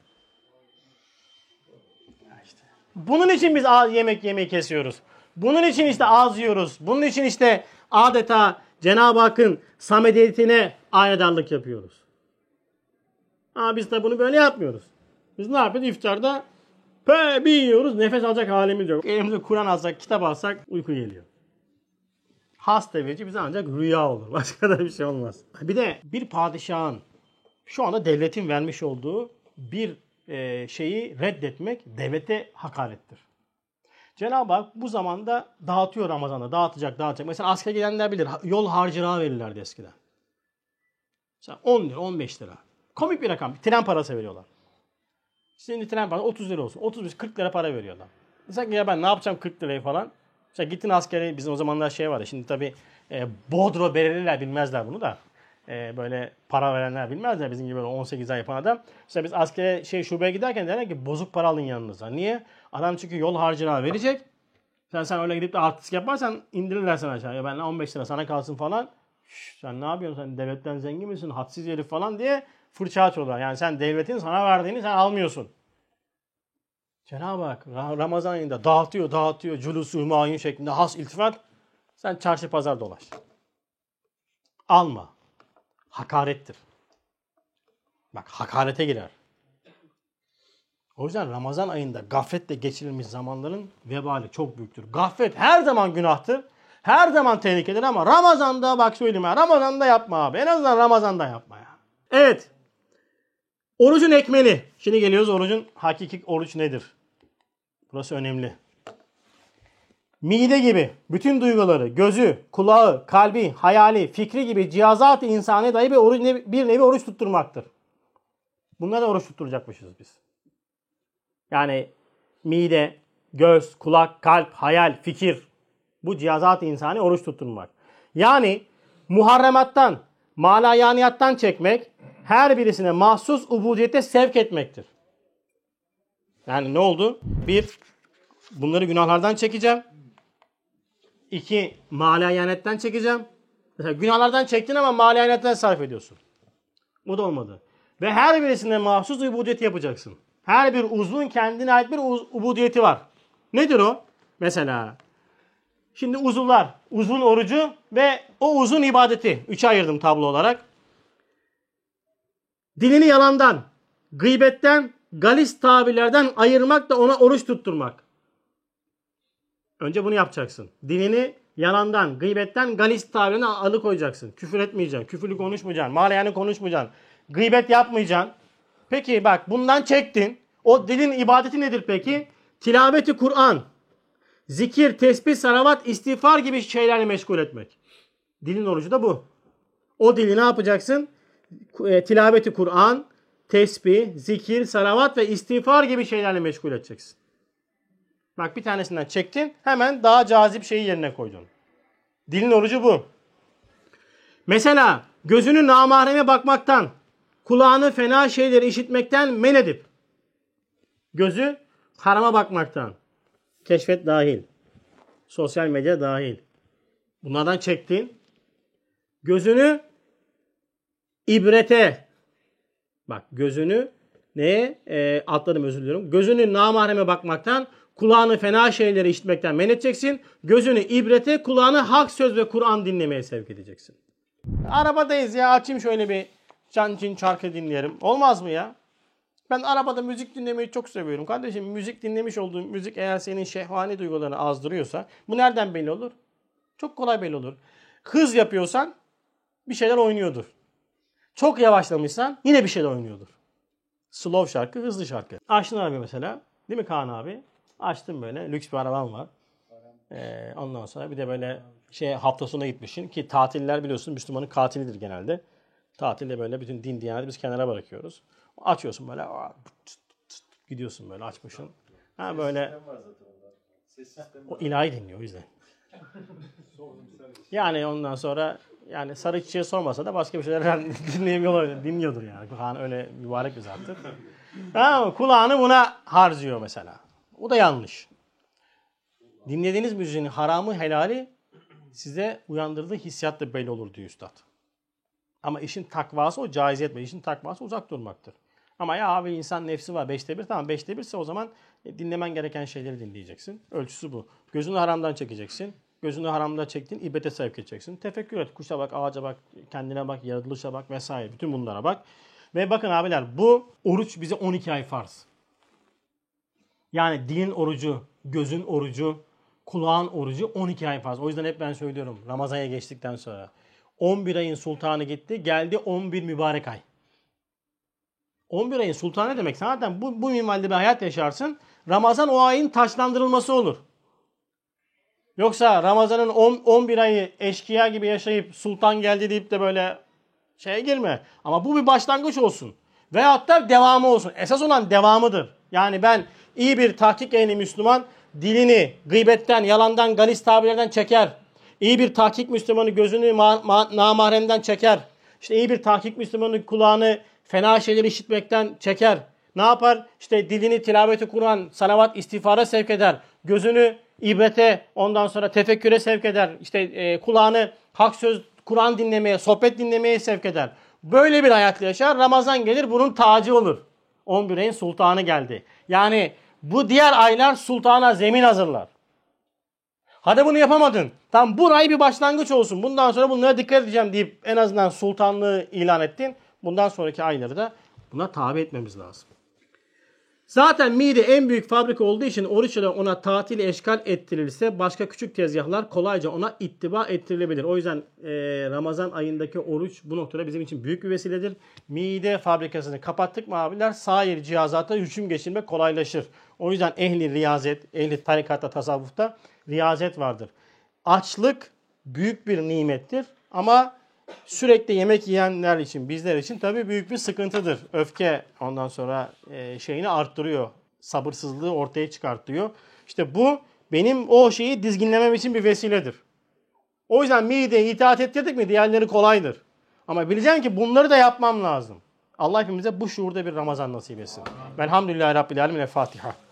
İşte. Bunun için biz yemek yemeyi kesiyoruz. Bunun için işte az yiyoruz. Bunun için işte adeta Cenab-ı Hakk'ın samediyetine aynedarlık yapıyoruz. Ama biz de bunu böyle yapmıyoruz. Biz ne yapıyoruz? İftarda bir yiyoruz. Nefes alacak halimiz yok. Elimizde Kur'an alsak, kitap alsak uyku geliyor. Has teveccüh bize ancak rüya olur. Başka da bir şey olmaz. Bir de bir padişahın şu anda devletin vermiş olduğu bir şeyi reddetmek devlete hakarettir. Cenab-ı Hak bu zamanda dağıtıyor Ramazan'da. Dağıtacak. Mesela askere gidenler bilir. Yol harcırahı verirlerdi eskiden. Mesela 10 lira, 15 lira. Komik bir rakam. Tren parası veriyorlar. Şimdi tren parası 30 lira olsun. 35, 40 lira para veriyorlar. Mesela ya ben ne yapacağım 40 lirayı falan. Mesela gittin askere, bizim o zamanlar şey vardı. Şimdi tabii Bodro Bereliler bilmezler bunu da. Böyle para verenler bilmezler. Bizim gibi böyle 18 ay yapan adam. Mesela biz askere şubeye giderken derler ki bozuk para alın yanınıza. Niye? Adam çünkü yol harcına verecek. Sen öyle gidip de artistik yaparsan indirirler sana aşağıya. Ben 15 lira sana kalsın falan. Sen ne yapıyorsun? Sen devletten zengin misin? Hadsiz herif falan diye fırça atıyorlar. Yani sen devletin sana verdiğini sen almıyorsun. Cenab-ı Hak Ramazan ayında dağıtıyor. Culusu hümayun şeklinde has iltifat. Sen çarşı pazar dolaş. Alma. Hakarettir. Bak hakarete girer. O yüzden Ramazan ayında gafletle geçirilmiş zamanların vebali çok büyüktür. Gaflet her zaman günahtır. Her zaman tehlikedir ama Ramazan'da bak söyleyeyim ya. Ramazan'da yapma abi. En azından Ramazan'da yapma ya. Evet. Orucun ekmeli. Şimdi geliyoruz orucun hakiki oruç nedir? Burası önemli. Mide gibi bütün duyguları, gözü, kulağı, kalbi, hayali, fikri gibi cihazat-ı insani dahi bir nevi oruç tutturmaktır. Bunlara da oruç tutturacakmışız biz. Yani mide, göz, kulak, kalp, hayal, fikir. Bu cihazat-ı insani oruç tutturmak. Yani muharremattan, malayaniyattan çekmek, her birisine mahsus ubudiyete sevk etmektir. Yani ne oldu? 1. Bunları günahlardan çekeceğim. 2. Malayanetten çekeceğim. Mesela günahlardan çektin ama malayanetten sarf ediyorsun. Bu da olmadı. Ve her birisine mahsus ubudiyet yapacaksın. Her bir uzvun kendine ait bir ubudiyeti var. Nedir o? Mesela şimdi uzuvlar, uzvun orucu ve o uzun ibadeti. 3'e ayırdım tablo olarak. Dilini yalandan, gıybetten, galis tabirlerden ayırmak da ona oruç tutturmak. Önce bunu yapacaksın. Dilini yalandan, gıybetten, galis tabirine alıkoyacaksın. Küfür etmeyeceksin, küfürlü konuşmayacaksın, malayanı konuşmayacaksın, gıybet yapmayacaksın. Peki bak bundan çektin. O dilin ibadeti nedir peki? Tilaveti Kur'an, zikir, tesbih, salavat, istiğfar gibi şeylerle meşgul etmek. Dilin orucu da bu. O dili ne yapacaksın? Tilaveti Kur'an, tesbih, zikir, salavat ve istiğfar gibi şeylerle meşgul edeceksin. Bak bir tanesinden çektin, hemen daha cazip şeyi yerine koydun. Dilin orucu bu. Mesela gözünü namahreme bakmaktan, kulağını fena şeyleri işitmekten men edip, gözü harama bakmaktan, keşfet dahil, sosyal medya dahil. Bunlardan çektin. Gözünü ibrete, bak gözünü neye atladım özür diliyorum. Gözünü namahreme bakmaktan, kulağını fena şeyleri işitmekten men edeceksin. Gözünü ibrete, kulağını hak söz ve Kur'an dinlemeye sevk edeceksin. Arabadayız ya, açayım şöyle bir can cin şarkı dinleyelim. Olmaz mı ya? Ben arabada müzik dinlemeyi çok seviyorum. Kardeşim müzik dinlemiş olduğun müzik eğer senin şehvani duygularını azdırıyorsa bu nereden belli olur? Çok kolay belli olur. Hız yapıyorsan bir şeyler oynuyordur. Çok yavaşlamışsan yine bir şeyler oynuyordur. Slow şarkı, hızlı şarkı. Açtın abi mesela. Değil mi Kaan abi? Açtım böyle. Lüks bir arabam var. Ondan sonra bir de böyle hafta sonuna gitmişsin ki tatiller biliyorsun Müslümanın katilidir genelde. Tatilde böyle bütün din diyaneti biz kenara bırakıyoruz. Açıyorsun böyle gidiyorsun böyle açmışsın. Ha böyle o ilahi dinliyor o yüzden. Yani ondan sonra yani sarı çiçeği sormasa da başka bir şeyler dinleyemiyor, dinliyordur yani. Kaan öyle mübarek bir zattır. Ha, kulağını buna harcıyor mesela. O da yanlış. Dinlediğiniz müziğin haramı helali size uyandırdığı hissiyatla belli olur diyor üstad. Ama işin takvası o caiziyet mi? İşin takvası uzak durmaktır. Ama ya abi insan nefsi var 5'te 1 tamam 5'te 1 ise o zaman dinlemen gereken şeyleri dinleyeceksin. Ölçüsü bu. Gözünü haramdan çekeceksin. Gözünü haramdan çektin, ibadete sevk edeceksin. Tefekkür et. Kuşa bak, ağaca bak, kendine bak, yaratılışa bak vesaire. Bütün bunlara bak. Ve bakın abiler bu oruç bize 12 ay farz. Yani dilin orucu, gözün orucu, kulağın orucu 12 ay farz. O yüzden hep ben söylüyorum Ramazan'a geçtikten sonra. 11 ayın sultanı gitti, geldi 11 mübarek ay. 11 ayın sultanı ne demek? Zaten bu minvalde bir hayat yaşarsın. Ramazan o ayın taçlandırılması olur. Yoksa Ramazan'ın 11 ayı eşkıya gibi yaşayıp sultan geldi deyip de böyle şeye girme. Ama bu bir başlangıç olsun. Veyahut da devamı olsun. Esas olan devamıdır. Yani ben iyi bir tahkik ehli Müslüman dilini gıybetten, yalandan, galis tabirlerden çeker. İyi bir tahkik Müslümanı gözünü namahremden çeker. İşte iyi bir tahkik Müslümanı kulağını fena şeyleri işitmekten çeker. Ne yapar? İşte dilini tilaveti Kur'an, salavat, istiğfara sevk eder. Gözünü ibrete, ondan sonra tefekküre sevk eder. İşte kulağını hak söz, Kur'an dinlemeye, sohbet dinlemeye sevk eder. Böyle bir hayatla yaşar. Ramazan gelir, bunun tacı olur. 11 ayın sultanı geldi. Yani bu diğer aylar sultana zemin hazırlar. Hadi bunu yapamadın. Tam burayı bir başlangıç olsun. Bundan sonra bunlara dikkat edeceğim deyip en azından sultanlığı ilan ettin. Bundan sonraki ayları da buna tabi etmemiz lazım. Zaten mide en büyük fabrika olduğu için oruç ile ona tatil eşkal ettirilirse başka küçük tezgahlar kolayca ona ittiba ettirilebilir. O yüzden Ramazan ayındaki oruç bu noktada bizim için büyük bir vesiledir. Mide fabrikasını kapattık mı abiler sair cihazata hüküm geçirmek kolaylaşır. O yüzden ehli riyazet, ehli tarikatta, tasavvufta riyazet vardır. Açlık büyük bir nimettir ama sürekli yemek yiyenler için, bizler için tabii büyük bir sıkıntıdır. Öfke ondan sonra şeyini arttırıyor. Sabırsızlığı ortaya çıkartıyor. İşte bu benim o şeyi dizginlemem için bir vesiledir. O yüzden mideye itaat ettirdik mi diğerleri kolaydır. Ama bileceğim ki bunları da yapmam lazım. Allah hepimize bu şuurda bir Ramazan nasip etsin. Velhamdülillahi Rabbil Alemin. Fatiha.